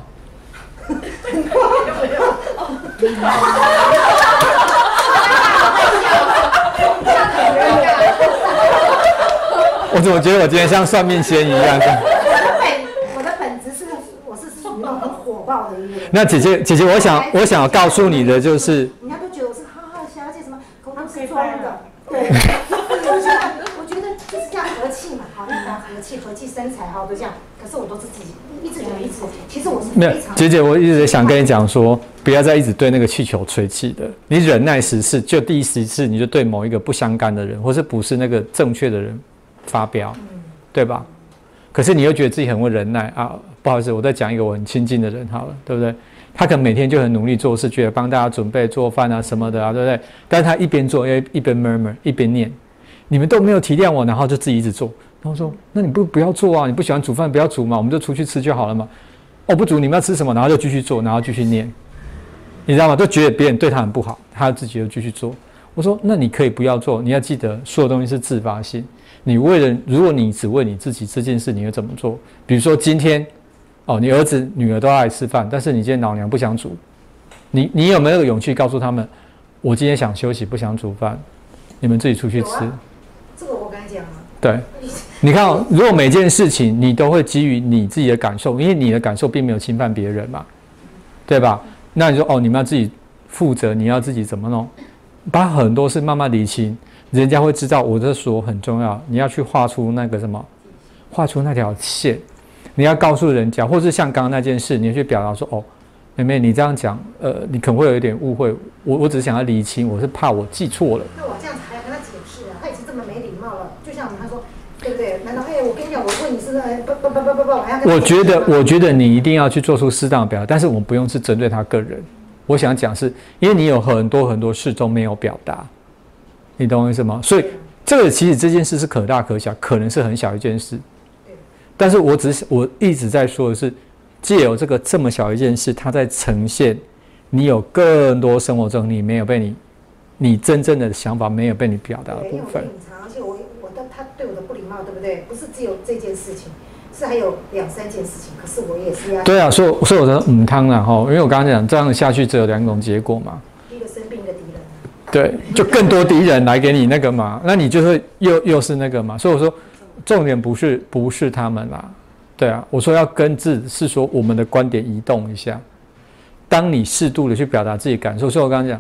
我怎么觉得我今天像算命仙一样？ 我的本质是，我是属于那种很火爆的一个人。 那姐姐，我想要告诉你的就是， 人家都觉得我是哈哈小姐什么，可我是装的，对。我觉得就是这样和气嘛，好，一般和气生财哈，都这样。可是我都是自己一直，其实我是没有姐，我一直想跟你讲说，不要再一直对那个气球吹气的。你忍耐10次，就第10次你就对某一个不相干的人，或是不是那个正确的人发飙，对吧？可是你又觉得自己很会忍耐啊，不好意思，我再讲一个我很亲近的人好了，对不对？他可能每天就很努力做事，觉得帮大家准备做饭啊什么的啊，对不对？但是他一边做一边 murmur， 一边念，你们都没有体谅我，然后就自己一直做。然后说，那你不要做啊，你不喜欢煮饭不要煮嘛，我们就出去吃就好了嘛。哦，不煮你们要吃什么？然后就继续做，然后继续念，你知道吗？就觉得别人对他很不好，他自己就继续做。我说，那你可以不要做，你要记得所有东西是自发性。你如果你只为你自己这件事，你会怎么做？比如说今天，哦，你儿子女儿都要来吃饭，但是你今天老娘不想煮，你有没有勇气告诉他们，我今天想休息，不想煮饭，你们自己出去吃？ 这个我跟你讲啊。 对，你看哦，如果每件事情你都会基于你自己的感受，因为你的感受并没有侵犯别人嘛，对吧？那你说哦，你们要自己负责，你要自己怎么弄？把很多事慢慢理清，人家会知道我的说很重要。你要去画出那个什么，画出那条线。你要告诉人家，或是像刚刚那件事，你去表达说哦，妹妹你这样讲，你可能会有一点误会。我只是想要理清，我是怕我记错了。 那我这样子还要跟他解释啊？他已经这么没礼貌了，就像他说，对不对？难道我跟你讲，我问你是不，我还要跟他解释吗？ 我觉得你一定要去做出适当的表达，但是我们不用是针对他个人。我想讲是，因为你有很多事都没有表达，你懂我意思吗？所以这个其实这件事是可大可小，可能是很小一件事，但是我一直在说的是，藉由这个这么小一件事，它在呈现你有更多生活中你没有被你真正的想法没有被你表达的部分。 隐藏，而且他对我的不礼貌，对不对？不是只有这件事情。是还有2、3件事情，可是我也是要对啊，所以我说汤啦哈，因为我刚刚讲这样下去只有2种结果嘛， 一个生病，一个敌人， 对，就更多敌人来给你那个嘛，那你就会又是那个嘛，所以我说重点不是他们啦，对啊，我说要根治是说我们的观点移动一下，当你适度的去表达自己感受，所以我刚刚讲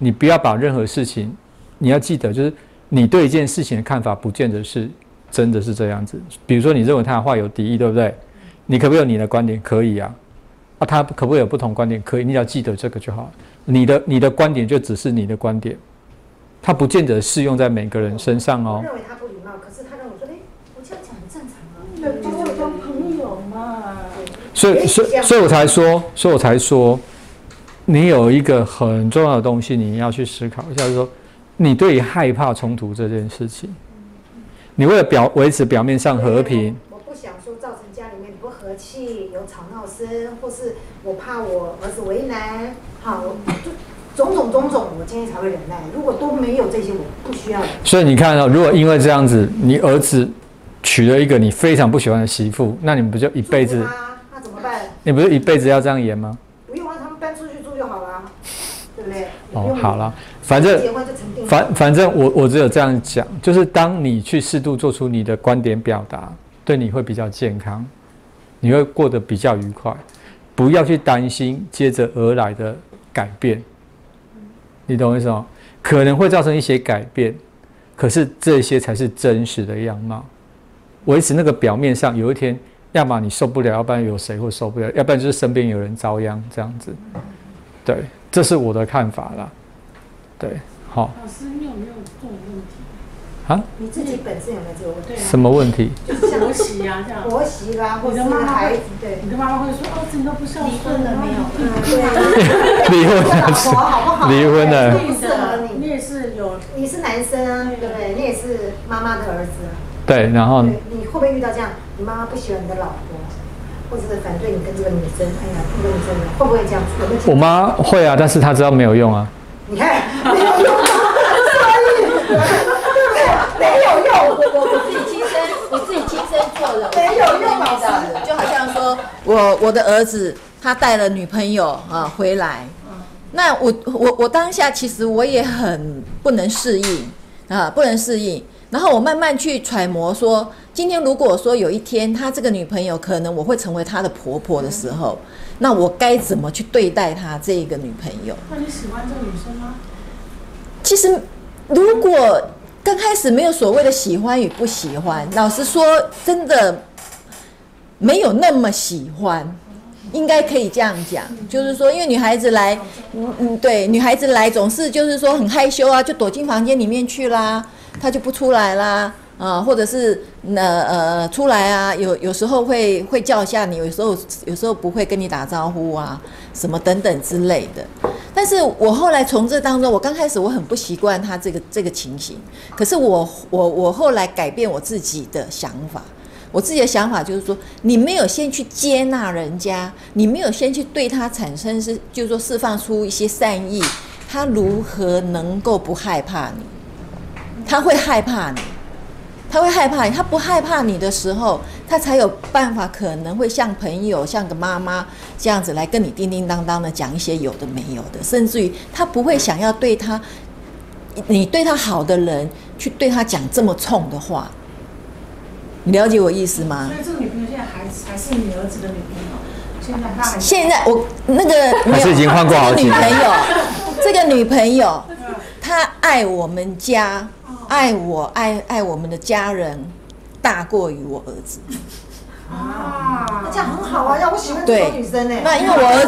你不要把任何事情，你要记得，就是你对一件事情的看法，不见得是真的是这样子。比如说，你认为他的话有敌意，对不对？你可不可以有你的观点？可以啊。啊，他可不可以有不同观点？可以，你只要记得这个就好了。你的观点就只是你的观点，它不见得适用在每个人身上哦。 我认为他不礼貌，可是他认为说，我这样讲很正常啊。 对，就是当朋友嘛。 所以我才说，你有一个很重要的东西，你要去思考一下，就是说，你对于害怕冲突这件事情，你为了维持表面上和平， 我不想说造成家里面不和气，有吵闹声，或是我怕我儿子为难，好，就种种，我今天才会忍耐。如果都没有这些，我不需要。 所以你看如果因为这样子，你儿子娶了一个你非常不喜欢的媳妇，那你们不就一辈子？ 那怎么办？ 你不是一辈子要这样演吗？ 不用啊，他们搬出去住就好了，对不对？ 哦，好了，反正我只有这样讲，就是当你去适度做出你的观点表达，对你会比较健康，你会过得比较愉快，不要去担心接着而来的改变。你懂我意思吗？可能会造成一些改变，可是这些才是真实的样貌。维持那个表面上，有一天，要么你受不了，要不然有谁会受不了，要不然就是身边有人遭殃这样子。对，这是我的看法啦。对，好。 老师，你有没有这种问题？ 啊？ 你自己本身有没有这个问题？ 什么问题？ 就是婆媳啊，这样。婆媳啦，或者孩子，对。 你的妈妈会说：“哦，你都不孝顺。”离婚了没有？ 对。 离婚了。 老婆好不好？ 离婚了。 不适合你。 你也是有。 你是男生啊，对不对？你也是妈妈的儿子啊。 对，然后。 你会不会遇到这样？你妈妈不喜欢你的老婆，或者是反对你跟这个女生？哎呀，这个女生会不会这样子？ 我妈会啊，但是她知道没有用啊。 你看，没有用啊，所以没有用。 我自己亲身做的， 没有用的，就好像说我的儿子他带了女朋友回来，那我当下其实我也很不能适应不能适应。然后我慢慢去揣摩说，今天如果说有一天他这个女朋友可能我会成为他的婆婆的时候，那我该怎么去对待他这一个女朋友？ 那你喜欢这个女生吗？ 其实如果刚开始没有所谓的喜欢与不喜欢，老实说真的没有那么喜欢，应该可以这样讲，就是说因为女孩子来对，女孩子来总是就是说很害羞啊，就躲进房间里面去啦，她就不出来啦或者是出来啊，有时候会叫一下你，有时候不会跟你打招呼啊，什么等等之类的。但是我后来从这当中，我刚开始我很不习惯他这个情形，可是我后来改变我自己的想法。我自己的想法就是说，你没有先去接纳人家，你没有先去对他产生就是说释放出一些善意，他如何能够不害怕你？他会害怕你。他会害怕你，他不害怕你的时候，他才有办法可能会像朋友、像个妈妈这样子来跟你叮叮当当的讲一些有的没有的，甚至于他不会想要对你对他好的人去对他讲这么冲的话。你了解我意思吗？ 所以这个女朋友现在还是你儿子的女朋友， 现在我那个还是已经换过好几个这个女朋友，她爱我们家。爱我们的家人大过于我儿子那这样很好啊，要我喜欢这种女生呢。 那因为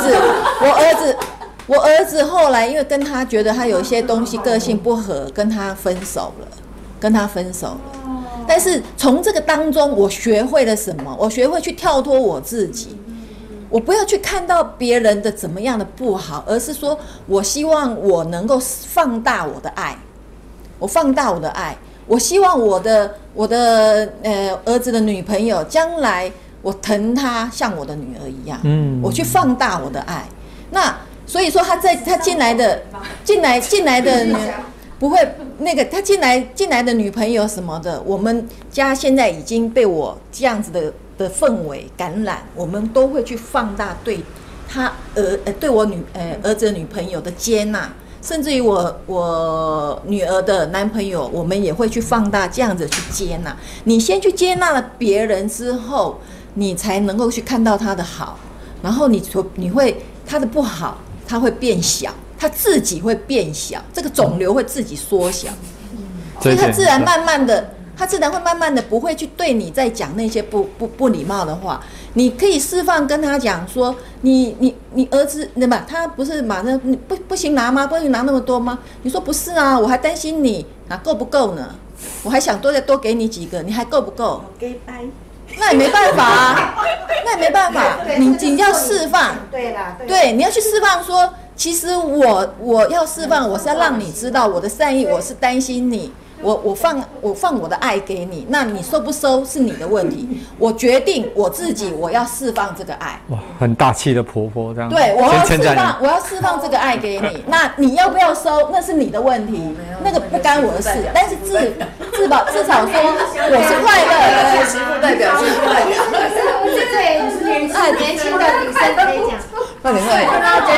我儿子后来因为跟他觉得他有一些东西个性不合，跟他分手了。但是从这个当中，我学会了什么？我学会去跳脱我自己。我不要去看到别人的怎么样的不好，而是说我希望我能够放大我的爱。我放大我的爱，我希望我的儿子的女朋友将来我疼她像我的女儿一样，我去放大我的爱。那所以说他进来的女不会那个他进来的女朋友什么的，我们家现在已经被我这样子的氛围感染，我们都会去放大对他对我儿子的女朋友的接纳。甚至于我女儿的男朋友，我们也会去放大这样子去接纳。你先去接纳了别人之后，你才能够去看到他的好，然后你会他的不好，他会变小， 它自己会变小，这个肿瘤会自己缩小，所以它自然慢慢的，它自然会慢慢的不会去对你再讲那些不礼貌的话。你可以释放跟他讲说，你儿子对吧？他不是马上你不行拿吗？不行拿那么多吗？你说不是啊，我还担心你够不够呢？我还想多给你几个，你还够不够？ 给掰。 那也没办法啊，那也没办法，你要释放， 对啦， 对，你要去释放说，其实我要释放，我是要让你知道我的善意，我是担心你。我放我的爱给你，那你收不收是你的问题。我决定我自己，我要释放这个爱。 哇，很大气的婆婆这样。 对，我要释放这个爱给你。那你要不要收，那是你的问题，那个不干我的事。但是至少说我是快乐的。 媳妇代表，媳妇代表。 对，年轻的女生可以讲。 那你会？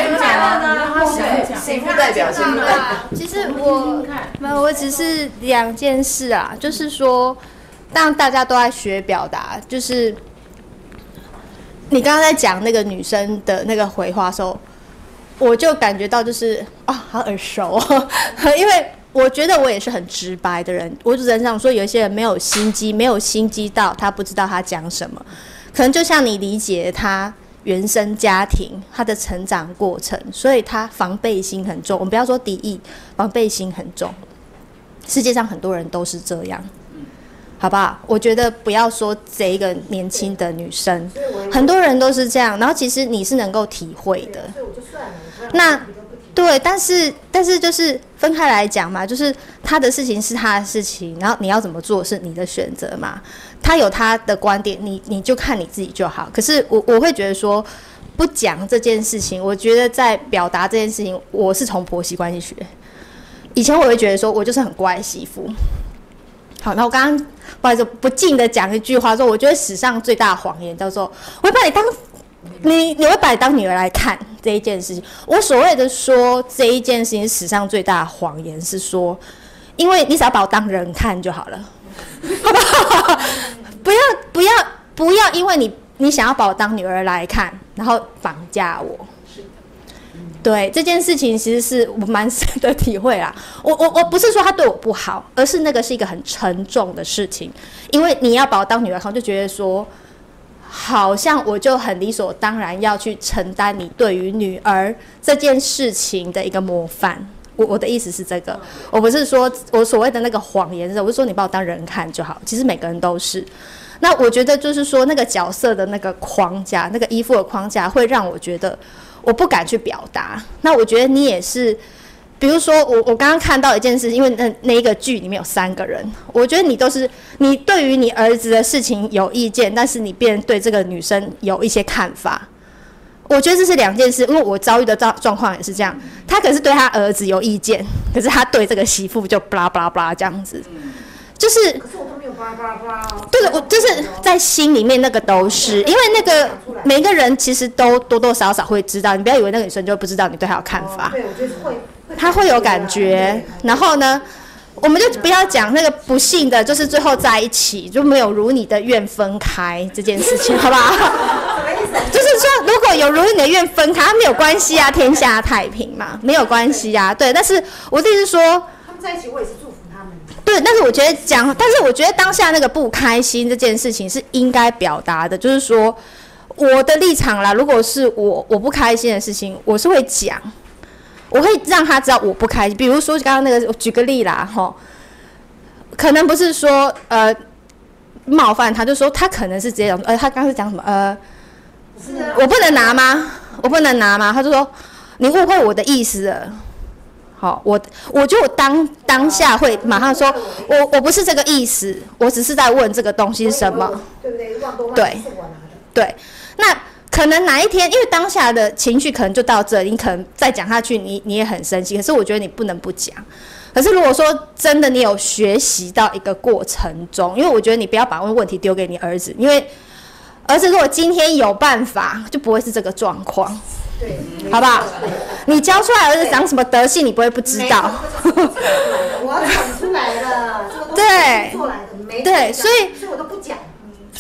媳妇代表，媳妇代表。 其实我只是2件事啊，就是说，当大家都在学表达，就是你刚刚在讲那个女生的那个回话的时候，我就感觉到就是好耳熟哦，因为我觉得我也是很直白的人，我只能想说有一些人没有心机到他不知道他讲什么，可能就像你理解他原生家庭他的成长过程，所以他防备心很重。我们不要说敌意，防备心很重。世界上很多人都是这样，好不好？我觉得不要说这一个年轻的女生，很多人都是这样。然后其实你是能够体会的。那对，但是就是分开来讲嘛，就是他的事情是他的事情，然后你要怎么做是你的选择嘛。他有他的观点，你就看你自己就好。可是我会觉得说，不讲这件事情，我觉得在表达这件事情，我是从婆媳关系学。以前我会觉得说我就是很乖媳妇。好，那我刚刚不好意思不敬的讲一句话说，我觉得史上最大的谎言叫做我会把你当你会把你当女儿来看这一件事情。我所谓的说这一件事情史上最大的谎言是说，因为你只要把我当人看就好了，好不好？不要因为你想要把我当女儿来看，然后绑架我。对这件事情，其实是我蛮深的体会啦。我不是说他对我不好，而是那个是一个很沉重的事情。因为你要把我当女儿看，就觉得说，好像我就很理所当然要去承担你对于女儿这件事情的一个模范。我的意思是这个，我不是说我所谓的那个谎言，我是说你把我当人看就好。其实每个人都是。那我觉得就是说，那个角色的那个框架，那个依附的框架，会让我觉得我不敢去表达。那我觉得你也是，比如说我刚刚看到一件事，因为那一个剧里面有3个人，我觉得你都是你对于你儿子的事情有意见，但是你便对这个女生有一些看法。我觉得这是2件事，因为我遭遇的状况也是这样。他可是对他儿子有意见，可是他对这个媳妇就巴拉巴拉巴拉这样子，就是。可是我都没有巴拉巴拉巴拉。对的，我就是在心里面那个都是，因为那个每个人其实都多多少少会知道，你不要以为那个女生就不知道你对她有看法。对，我觉得会，她会有感觉。然后呢，我们就不要讲那个不幸的，就是最后在一起就没有如你的愿分开这件事情，好不好？就是说，如果有如你的愿分开，没有关系啊，天下太平嘛，没有关系啊。对，但是我的意思是说， 他们在一起，我也是祝福他们。 对，但是我觉得但是我觉得当下那个不开心这件事情是应该表达的，就是说我的立场啦，如果是我不开心的事情，我是会讲，我会让他知道我不开心。比如说刚刚那个，我举个例啦，可能不是说冒犯他，就说他可能是直接讲，他刚刚是讲什么我不能拿吗？我不能拿吗？他就说你误会我的意思了。好，我觉得我当下会马上说，我不是这个意思，我只是在问这个东西是什么， 对不对？ 对对，那可能哪一天，因为当下的情绪可能就到这里，你可能再讲下去，你也很生气，可是我觉得你不能不讲。可是如果说真的你有学习到一个过程中，因为我觉得你不要把问题丢给你儿子，因为儿子如果今天有办法，就不会是这个状况。对，好不好？你教出来儿子长什么德性，你不会不知道。 我要讲出来了，这个都是做来的，对， 所以我都不讲。 所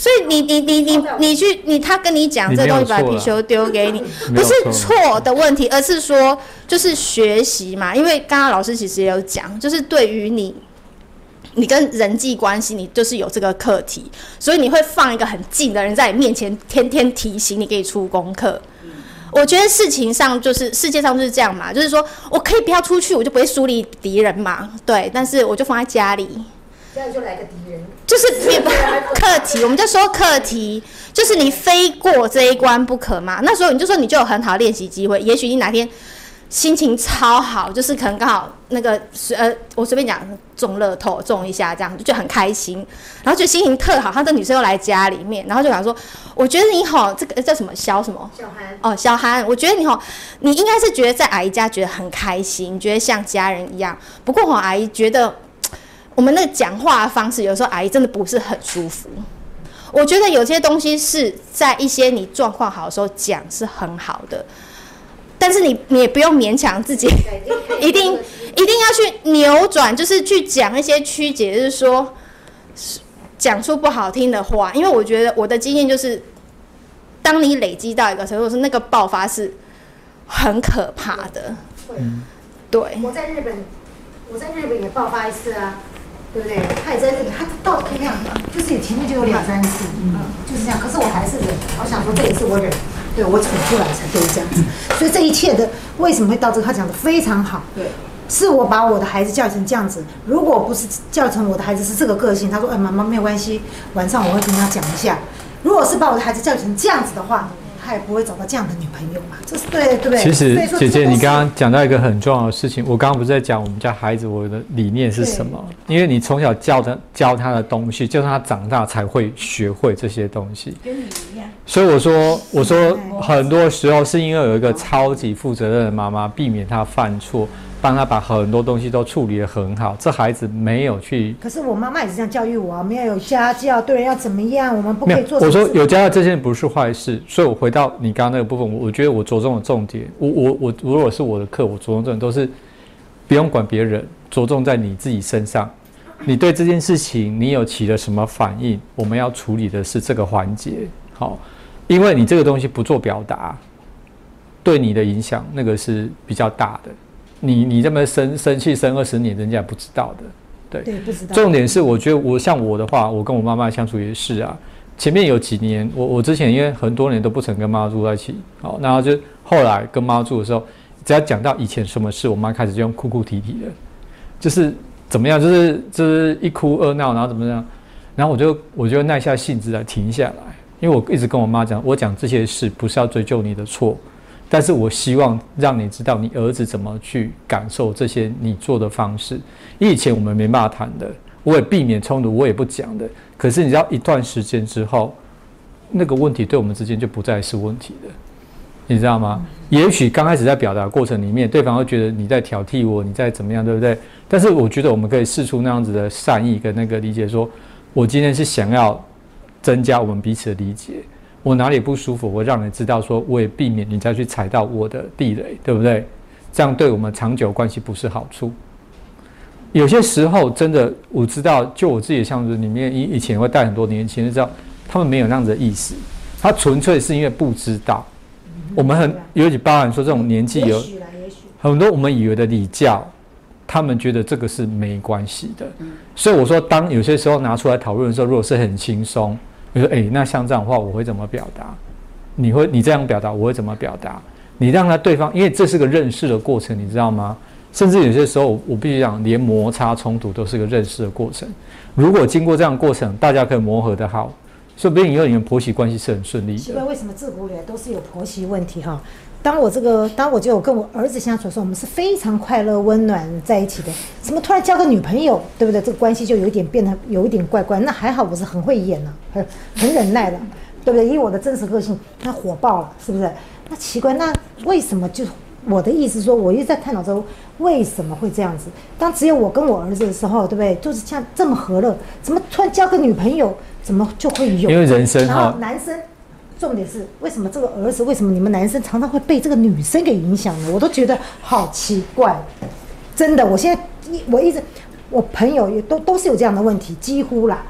所以他跟你讲这东西，把貔貅丢给你，不是错的问题，而是说就是学习嘛。因为刚刚老师其实也有讲，就是对于你跟人际关系，你就是有这个课题，所以你会放一个很近的人在你面前，天天提醒你，给你出功课。我觉得世界上就是这样嘛，就是说我可以不要出去，我就不会树立敌人嘛，对，但是我就放在家里。 这样就来个敌人， 就是课题，我们就说课题，就是你非过这一关不可嘛。那时候你就说你就有很好的练习机会，也许你哪天心情超好，就是可能刚好那个我随便讲中乐透中一下这样就很开心，然后就心情特好，他的女生又来家里面，然后就想说，我觉得你这个叫什么小什么小涵哦小涵，我觉得你应该是觉得在阿姨家觉得很开心，觉得像家人一样。不过阿姨觉得我们那个讲话的方式，有时候阿姨真的不是很舒服。我觉得有些东西是在一些你状况好的时候讲是很好的，但是你也不用勉强自己，一定要去扭转，就是去讲一些曲解，就是说讲出不好听的话。因为我觉得我的经验就是，当你累积到一个程度，是那个爆发是很可怕的。对。 我在日本也爆发一次啊。对不对？他也在这里，他到这样，就是前面就有2、3次，就是这样。可是我还是忍，我想说这一次我忍，对我忍出来才可以这样子。所以这一切的为什么会到这个，他讲的非常好。对，是我把我的孩子教成这样子。如果不是教成我的孩子是这个个性，他说：“妈妈没有关系，晚上我会跟他讲一下。”如果是把我的孩子教成这样子的话，他也不会找到这样的女朋友嘛，这是对不对？ 其实姐姐，你刚刚讲到一个很重要的事情，我刚刚不是在讲我们家孩子我的理念是什么？因为你从小教他的东西，就算他长大才会学会这些东西。跟你一样。所以我说很多时候是因为有一个超级负责任的妈妈，避免他犯错，帮他把很多东西都处理得很好，这孩子没有去。可是我妈妈也是这样教育我啊，没有家教，对人要怎么样，我们不可以做什么。 我说有家教这件不是坏事，所以我回到你刚刚那个部分，我觉得我着重的重点，我如果是我的课，我着重的都是不用管别人，着重在你自己身上。你对这件事情你有起了什么反应？我们要处理的是这个环节，好，因为你这个东西不做表达，对你的影响那个是比较大的。你这么生气生20年，人家也不知道的， 对，不知道。 重点是，我觉得像我的话，我跟我妈妈相处也是啊。前面有几年，我之前因为很多年都不曾跟妈妈住在一起，好，然后就后来跟妈住的时候，只要讲到以前什么事，我妈开始就用哭哭啼啼的，就是怎么样，就是一哭二闹，然后怎么样，然后我就耐下性子来停下来，因为我一直跟我妈讲，我讲这些事不是要追究你的错。但是我希望让你知道你儿子怎么去感受这些你做的方式。以前我们没办法谈的，我也避免冲突，我也不讲的。可是你知道，一段时间之后，那个问题对我们之间就不再是问题了，你知道吗？也许刚开始在表达过程里面，对方会觉得你在挑剔我，你在怎么样，对不对？但是我觉得我们可以释出那样子的善意跟那个理解，说我今天是想要增加我们彼此的理解。我哪里不舒服，我让你知道，说我也避免你再去踩到我的地雷，对不对？这样对我们长久关系不是好处。有些时候真的，我知道，就我自己的相处里面，以前会带很多年轻人，知道他们没有那样子的意思，他纯粹是因为不知道。我们尤其包含说这种年纪有很多我们以为的礼教，他们觉得这个是没关系的。所以我说，当有些时候拿出来讨论的时候，如果是很轻松。比如说，那像这样的话，我会怎么表达？你这样表达，我会怎么表达？你让他对方，因为这是个认识的过程，你知道吗？甚至有些时候，我必须讲，连摩擦冲突都是个认识的过程。如果经过这样的过程，大家可以磨合得好，说不定以后你们婆媳关系是很顺利的。 奇怪，为什么自古以来都是有婆媳问题哈？当我就有跟我儿子相处的时候，我们是非常快乐温暖在一起的。怎么突然交个女朋友，对不对？这个关系就变得有一点怪怪。那还好我是很会演了，很忍耐了，对不对？以我的真实个性，那火爆了，是不是？那奇怪，那为什么就我的意思说，我一直在探讨着为什么会这样子。当只有我跟我儿子的时候，对不对？就是像这么和乐，怎么突然交个女朋友，怎么就会有？ 因为人生然后男生。重点是为什么这个儿子，为什么你们男生常常会被这个女生给影响呢？我都觉得好奇怪，真的。我现在我朋友也都是有这样的问题，几乎啦。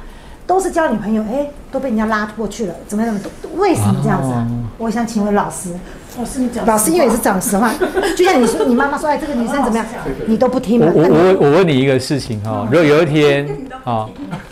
都是交女朋友，都被人家拉过去了，怎么样？为什么这样子啊？我想请问老师，老师因为也是讲实话，就像你说，你妈妈说，这个女生怎么样，你都不听嘛。 我问你一个事情哈，如果有一天啊，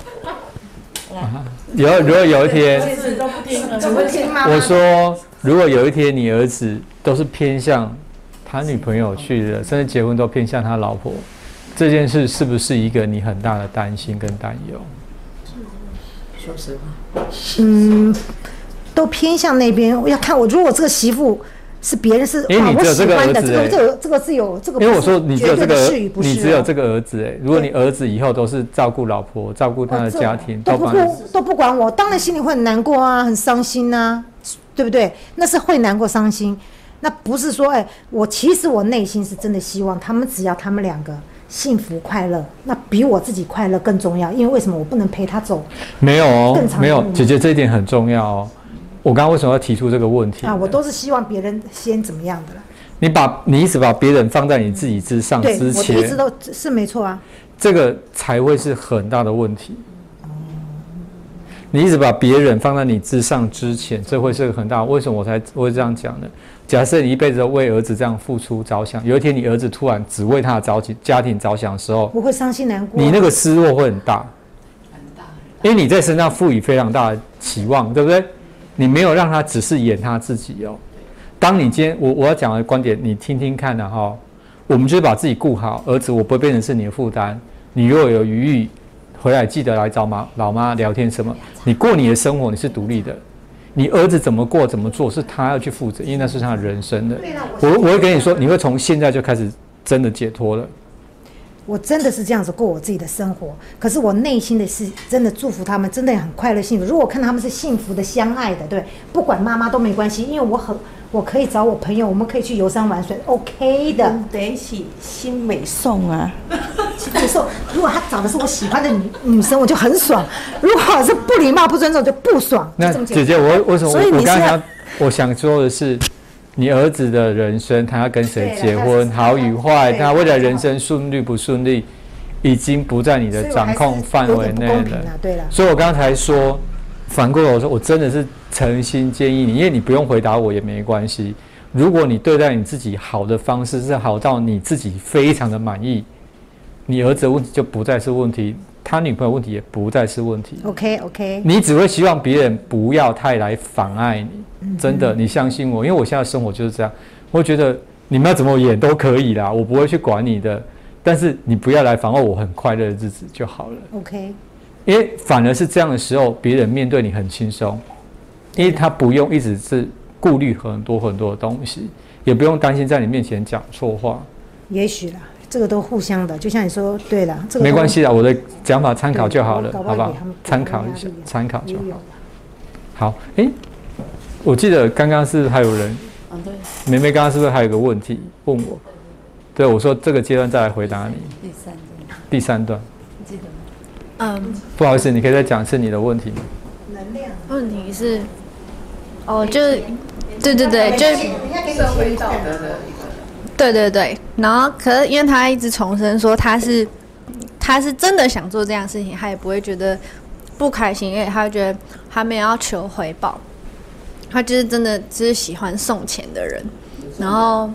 如果有一天，我说，如果有一天你儿子都是偏向他女朋友去的，甚至结婚都偏向他老婆，这件事是不是一个你很大的担心跟担忧？ 说实话， 都偏向那边。我要看我，如果这个媳妇是别人是， 因为你只有这个儿子， 这个是有这个。 因为我说你只有这个， 你只有这个儿子如果你儿子以后都是照顾老婆、照顾他的家庭， 都不管我，当然心里会很难过啊，很伤心啊，对不对？那是会难过、伤心。那不是说，其实我内心是真的希望他们只要他们两个幸福快乐，那比我自己快乐更重要。因为为什么我不能陪他走？ 没有没有，姐姐这一点很重要哦。我刚刚为什么要提出这个问题我都是希望别人先怎么样的啦。你一直把别人放在你自己之上之前， 我一直都是没错啊。 这个才会是很大的问题。你一直把别人放在你之上之前，这会是个很大的。为什么我会这样讲呢？假设你一辈子都为儿子这样付出着想，有一天你儿子突然只为他的家庭着想的时候， 我会伤心难过。 你那个失落会很大，因为你在身上赋予非常大的期望，对不对？你没有让他只是演他自己哦。当你今天我要讲的观点，你听听看哈。我们就是把自己顾好，儿子我不会变成是你的负担。你如果有余裕，回来记得来找老妈聊天什么。你过你的生活，你是独立的。你儿子怎么过怎么做是他要去负责，因为那是他的人生的。我会跟你说，你会从现在就开始真的解脱了。 我真的是这样子过我自己的生活，可是我内心的是真的祝福他们，真的很快乐幸福。如果我看他们是幸福的、相爱的，对，不管妈妈都没关系，因为我可以找我朋友，我们可以去游山玩水 ，OK 的。 得起新美颂啊， 新美颂。如果他找的是我喜欢的女生，我就很爽；如果是不礼貌、不尊重，就不爽。 那姐姐，我为什么？我刚才我想说的是。你儿子的人生，他要跟谁结婚，好与坏，他未来人生顺利不顺利，已经不在你的掌控范围内了。所以我刚才说，反过来我说，我真的是诚心建议你，因为你不用回答我也没关系。如果你对待你自己好的方式是好到你自己非常的满意，你儿子的问题就不再是问题，他女朋友问题也不再是问题。 OK， 你只会希望别人不要太来妨碍你。真的，你相信我，因为我现在生活就是这样。我觉得你们要怎么演都可以啦，我不会去管你的，但是你不要来妨碍我很快乐的日子就好了。 OK， 因为反而是这样的时候，别人面对你很轻松，因为他不用一直是顾虑很多很多的东西，也不用担心在你面前讲错话。 也许啦，这个都互相的，就像你说，对了，这个没关系啦，我的讲法参考就好了，好不好？参考一下，参考就好。好，我记得刚刚是还有人， 对， 梅梅刚刚是不是还有个问题问我？对，我说这个阶段再来回答你。第三段， 记得吗？ 不好意思，你可以再讲一次你的问题吗？ 能量问题是，就是对，就社会道德的一对， 个， 然后可是因为他一直重申说他是真的想做这样的事情，他也不会觉得不开心，因为他觉得他没有要求回报。他就是真的就是喜欢送钱的人，然后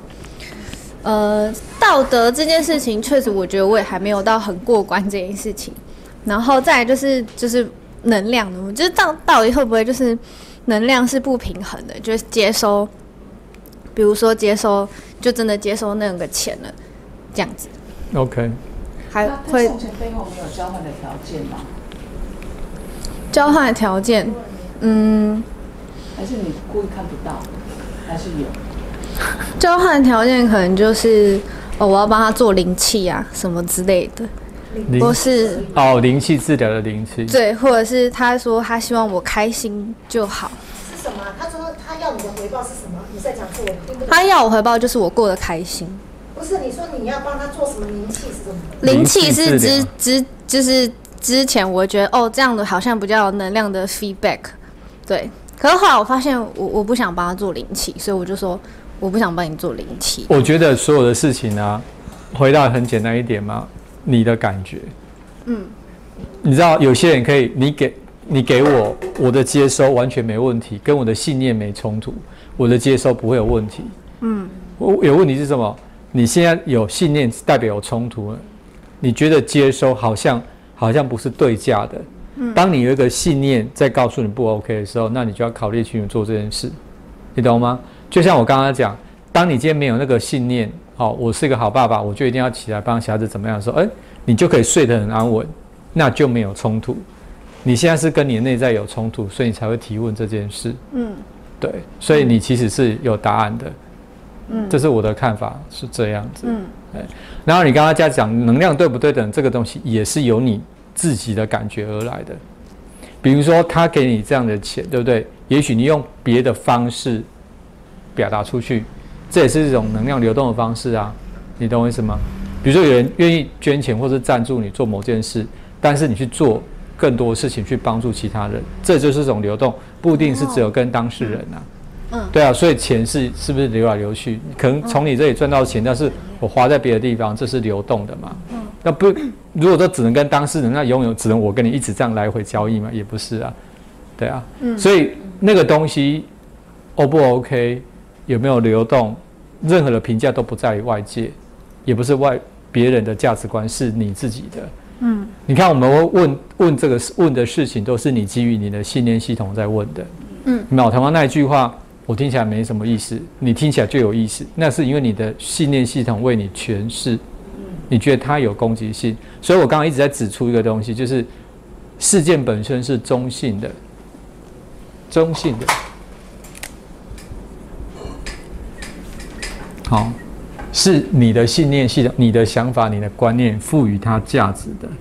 道德这件事情确实我觉得我也还没有到很过关这件事情，然后再来就是能量的，我觉得到底会不会就是能量是不平衡的，就是接收，比如说就真的接收那个钱了，这样子。 OK。 还会送钱背后没有交换的条件吗？ 交换的条件， 还是你故意看不到，还是有？ 交换条件可能就是我要帮他做灵气啊什么之类的，或是灵气治疗的灵气， 对，或者是他说他希望我开心就好。 是什么？他说他要你的回报是什么？你在讲是我听不懂。 他要我回报就是我过得开心。 不是，你说你要帮他做什么灵气是什么？ 灵气是就是之前我觉得这样的好像比较有能量的 feedback， 对。可是后来我发现我不想帮他做灵气，所以我就说我不想帮你做灵气。 我觉得所有的事情啊，回到很简单一点嘛，你的感觉。你知道有些人可以， 你给我的接收完全没问题，跟我的信念没冲突，我的接收不会有问题。我有问题是什么？你现在有信念代表有冲突了，你觉得接收好像不是对价的。当你有一个信念在告诉你不 OK 的时候，那你就要考虑去做这件事，你懂吗？就像我刚刚讲，当你今天没有那个信念，我是一个好爸爸，我就一定要起来帮小孩子怎么样的时候，你就可以睡得很安稳，那就没有冲突。你现在是跟你的内在有冲突，所以你才会提问这件事。对，所以你其实是有答案的。这是我的看法，是这样子。然后你刚刚在讲能量对不对等这个东西，也是由你自己的感觉而来的。比如说他给你这样的钱，对不对？也许你用别的方式表达出去，这也是一种能量流动的方式啊。你懂我意思吗？比如说有人愿意捐钱或是赞助你做某件事，但是你去做更多事情去帮助其他人，这就是一种流动，不一定是只有跟当事人啊。对啊，所以钱是不是流来流去？可能从你这里赚到钱，但是我花在别的地方，这是流动的嘛？那不，如果说只能跟当事人，那永远只能我跟你一直这样来回交易嘛？也不是啊，对啊。所以那个东西 O 不 OK， 有没有流动，任何的评价都不在于外界，也不是别人的价值观，是你自己的。你看我们会问的事情，都是你基于你的信念系统在问的。没有，同样那一句话。我听起来没什么意思，你听起来就有意思，那是因为你的信念系统为你诠释，你觉得它有攻击性。所以我刚刚一直在指出一个东西，就是事件本身是中性的，好，是你的信念系统、你的想法、你的观念赋予它价值的，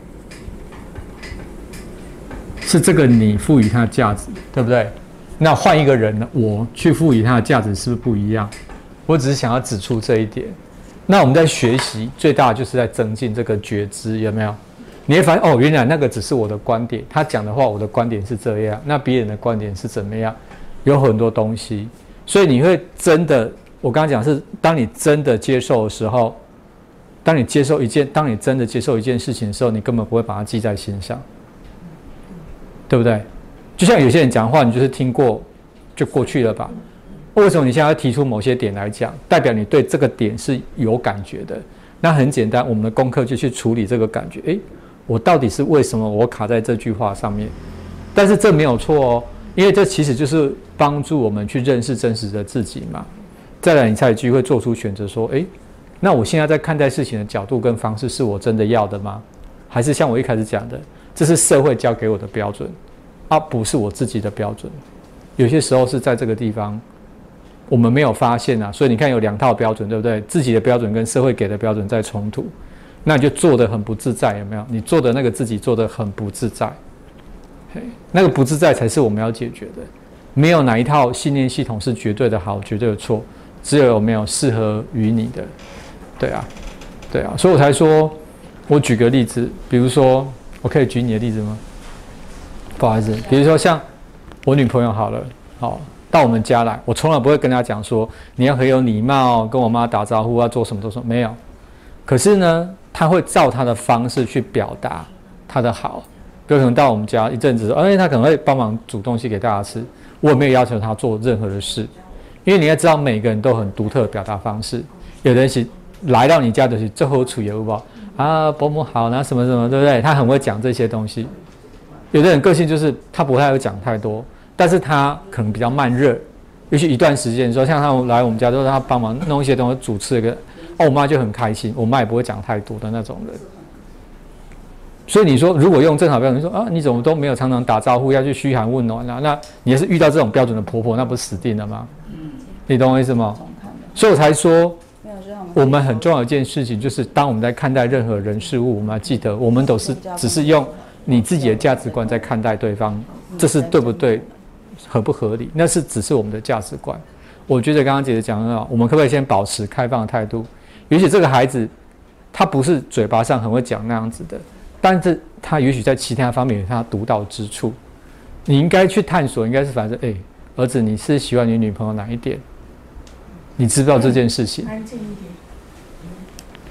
是这个你赋予它价值，对不对？那换一个人呢？我去赋予它的价值是不是不一样？我只是想要指出这一点。那我们在学习最大的就是在增进这个觉知，有没有？你会发现原来那个只是我的观点，他讲的话我的观点是这样，那别人的观点是怎么样？有很多东西，所以你会真的，我刚刚讲是，当你真的接受的时候，当你真的接受一件事情的时候，你根本不会把它记在心上，对不对？就像有些人讲话，你就是听过就过去了吧？为什么你现在要提出某些点来讲？代表你对这个点是有感觉的。那很简单，我们的功课就去处理这个感觉。我到底是为什么我卡在这句话上面？但是这没有错哦，因为这其实就是帮助我们去认识真实的自己嘛。再来，你才有机会做出选择，说，那我现在在看待事情的角度跟方式，是我真的要的吗？还是像我一开始讲的，这是社会教给我的标准？不是我自己的标准，有些时候是在这个地方我们没有发现啊，所以你看有两套标准，对不对？自己的标准跟社会给的标准在冲突，那你就做得很不自在，有没有？你做的那个自己做得很不自在，那个不自在才是我们要解决的。没有哪一套信念系统是绝对的好，绝对的错，只有没有适合于你的，对啊，所以我才说，我举个例子，比如说，我可以举你的例子吗？不好意思，比如说像我女朋友好了，到我们家来，我从来不会跟她讲说你要很有礼貌，跟我妈打招呼，要做什么没有。可是呢，她会照她的方式去表达她的好。比如可能到我们家一阵子，她可能会帮忙煮东西给大家吃，我也没有要求她做任何的事，因为你要知道每个人都很独特的表达方式。有的人是来到你家就是最后处有无伯母好，然后什么什么，对不对？他很会讲这些东西。有的人个性就是他不太会讲太多，但是他可能比较慢热，也许一段时间说，像他来我们家之后，他帮忙弄一些东西主持一个，我妈就很开心，我妈也不会讲太多的那种人。所以你说如果用正好标准，你说你怎么都没有常常打招呼，要去嘘寒问暖啊？那你也是遇到这种标准的婆婆，那不是死定了吗？你懂我意思吗？所以我才说，我们很重要的一件事情就是，当我们在看待任何人事物，我们要记得，我们都是只是用你自己的价值观在看待对方，这是对不对，合不合理？那是只是我们的价值观。我觉得刚刚姐姐讲得很好，我们可不可以先保持开放的态度？也许这个孩子他不是嘴巴上很会讲那样子的，但是他也许在其他方面有他独到之处。你应该去探索，应该是反正儿子，你是喜欢你女朋友哪一点？你知不知道这件事情？ 安静一点。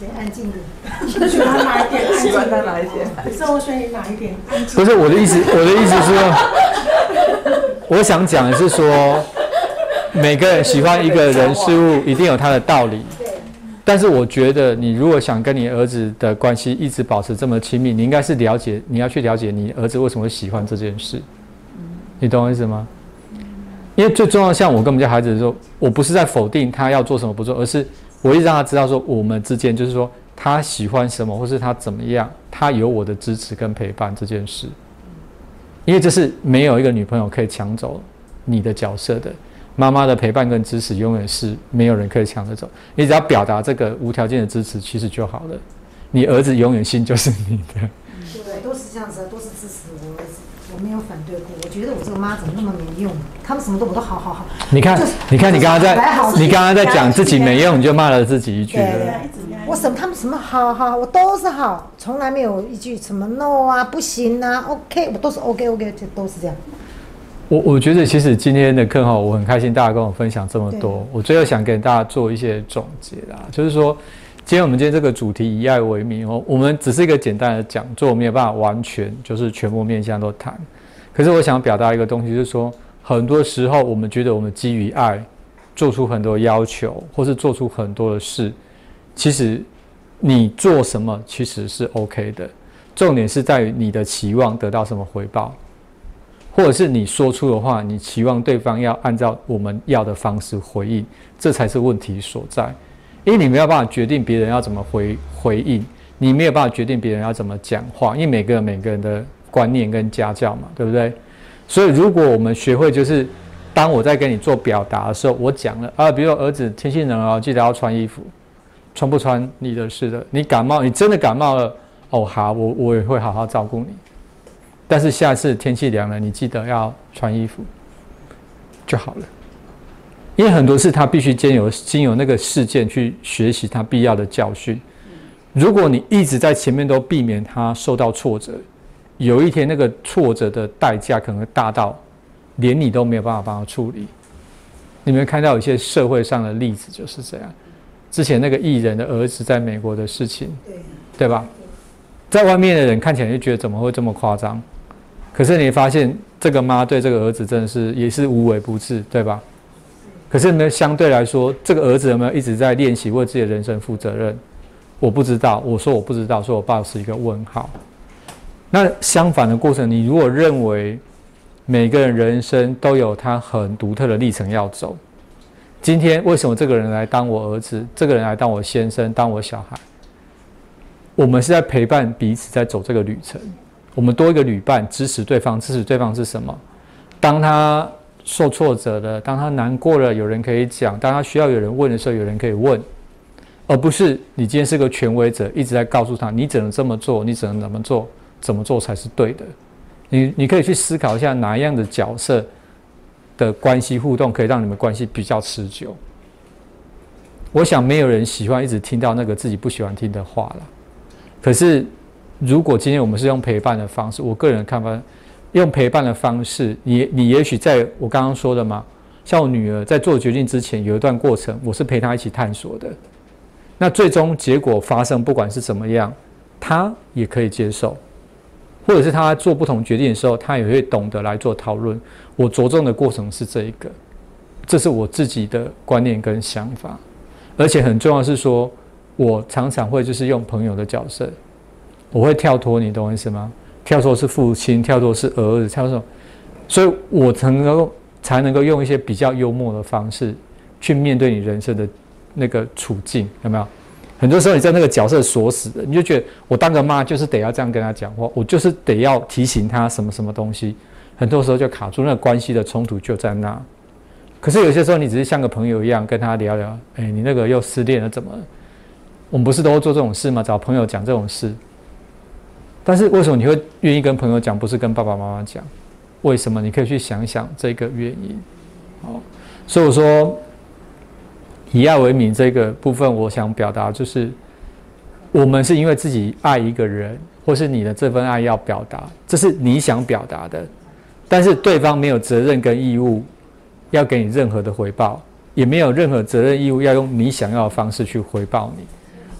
对，安静点。 喜欢哪一点？ 喜欢他哪一点？ 可是我选你哪一点？安静。 不是我的意思是说，我想讲的是说，每个人喜欢一个人事物，一定有他的道理。但是我觉得，你如果想跟你儿子的关系一直保持这么亲密，你应该是你要去了解你儿子为什么会喜欢这件事。你懂我意思吗？因为最重要的，像我跟我们家孩子说，我不是在否定他要做什么不做，而是我一直让他知道说，我们之间就是说，他喜欢什么，或是他怎么样，他有我的支持跟陪伴这件事。因为这是没有一个女朋友可以抢走你的角色的。妈妈的陪伴跟支持永远是没有人可以抢得走，你只要表达这个无条件的支持，其实就好了。你儿子永远心就是你的。 对，都是这样子，都是支持我儿子，我没有反对过。我觉得我这个妈怎么那么没用？他们什么都我都好。 你看，你刚刚在讲自己没用，你就骂了自己一句了。 我他们什么好，我都是好，从来没有一句什么 no 啊，不行啊 ，OK， 我都是 OK， 就都是这样。 我觉得其实今天的课我很开心，大家跟我分享这么多。我最后想给大家做一些总结啦，就是说，今天这个主题以爱为名我们只是一个简单的讲座，没有办法完全就是全部面向都谈。可是我想表达一个东西，就是说，很多时候我们觉得我们基于爱，做出很多要求，或是做出很多的事，其实你做什么其实是 OK 的，重点是在于你的期望得到什么回报。或者是你说出的话，你期望对方要按照我们要的方式回应，这才是问题所在。因为你没有办法决定别人要怎么回应，你没有办法决定别人要怎么讲话，因为每个人的观念跟家教嘛，对不对？所以如果我们学会，就是当我在跟你做表达的时候，我讲了比如说儿子天气冷记得要穿衣服，穿不穿你的事的。你真的感冒了，好，我也会好好照顾你。但是下次天气凉了，你记得要穿衣服就好了。因为很多事他必须经由那个事件去学习他必要的教训。如果你一直在前面都避免他受到挫折，有一天那个挫折的代价可能大到连你都没有办法帮他处理。你们看到有一些社会上的例子就是这样。之前那个艺人的儿子在美国的事情，对吧？在外面的人看起来就觉得怎么会这么夸张？可是你发现这个妈对这个儿子真的是也是无微不至，对吧？可是呢，相对来说，这个儿子有没有一直在练习为自己的人生负责任？我不知道，我说我不知道，所以我抱持一个问号。那相反的过程，你如果认为每个人人生都有他很独特的历程要走，今天为什么这个人来当我儿子，这个人来当我先生，当我小孩？我们是在陪伴彼此，在走这个旅程。我们多一个旅伴，支持对方。支持对方是什么？当他受挫折了，当他难过了，有人可以讲；当他需要有人问的时候，有人可以问，而不是你今天是个权威者，一直在告诉他你只能这么做，你只能怎么做才是对的。你可以去思考一下，哪样的角色的关系互动可以让你们关系比较持久。我想没有人喜欢一直听到那个自己不喜欢听的话了。可是如果今天我们是用陪伴的方式，我个人的看法，用陪伴的方式，你也许在我刚刚说的嘛，像我女儿在做决定之前有一段过程，我是陪她一起探索的。那最终结果发生，不管是怎么样，她也可以接受，或者是她做不同决定的时候，她也会懂得来做讨论。我着重的过程是这一个，这是我自己的观念跟想法。而且很重要的是说，我常常会就是用朋友的角色。我会跳脱，你懂我意思吗？跳脱是父亲，跳脱是儿子，跳脱，所以我才能够用一些比较幽默的方式去面对你人生的那个处境，有没有？很多时候你在那个角色锁死的，你就觉得我当个妈就是得要这样跟他讲话，我就是得要提醒他什么什么东西，很多时候就卡住，那个关系的冲突就在那。可是有些时候你只是像个朋友一样跟他聊聊，你那个又失恋了怎么了？我们不是都会做这种事吗？找朋友讲这种事。但是为什么你会愿意跟朋友讲，不是跟爸爸妈妈讲？为什么？你可以去想想这个原因。所以我说以爱为名这个部分，我想表达就是，我们是因为自己爱一个人，或是你的这份爱要表达，这是你想表达的，但是对方没有责任跟义务要给你任何的回报，也没有任何责任义务要用你想要的方式去回报你。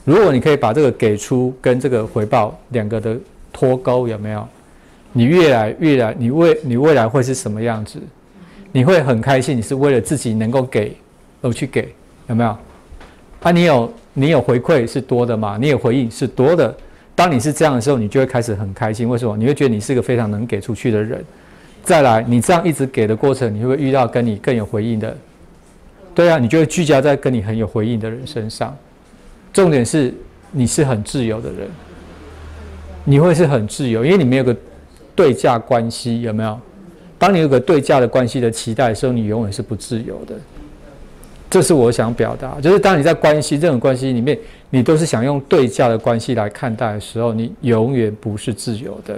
如果你可以把这个给出跟这个回报两个的脱钩，有没有？你越来，你未来会是什么样子？你会很开心，你是为了自己能够给而去给，有没有？啊，你有回馈是多的嘛？你有回应是多的。当你是这样的时候，你就会开始很开心。为什么？你会觉得你是一个非常能给出去的人。再来，你这样一直给的过程，你会不会遇到跟你更有回应的？对啊，你就会聚焦在跟你很有回应的人身上。重点是你是很自由的人，你会是很自由，因为你没有个对价关系，有没有？当你有个对价的关系的期待的时候，你永远是不自由的。这是我想表达，就是当你在任何关系里面，你都是想用对价的关系来看待的时候，你永远不是自由的。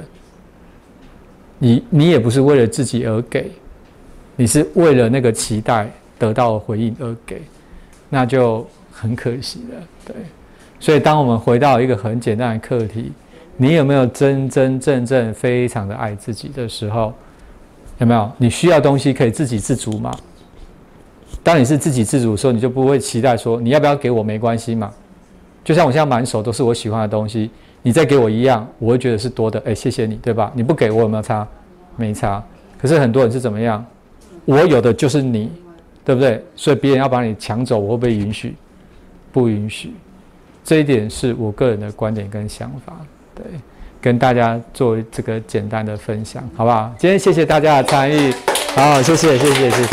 你也不是为了自己而给，你是为了那个期待得到回应而给，那就很可惜了。对，所以当我们回到一个很简单的课题，你有没有真真正正非常的爱自己的时候，有没有？你需要东西可以自给自足吗？当你是自给自足的时候，你就不会期待说你要不要给我没关系嘛。就像我现在满手都是我喜欢的东西，你再给我一样，我会觉得是多的，谢谢你，对吧？你不给我有没有差？没差。可是很多人是怎么样？我有的就是你，对不对？所以别人要把你抢走，我会不会允许？不允许。这一点是我个人的观点跟想法，对，跟大家做这个简单的分享，好不好？今天谢谢大家的参与，好，谢谢。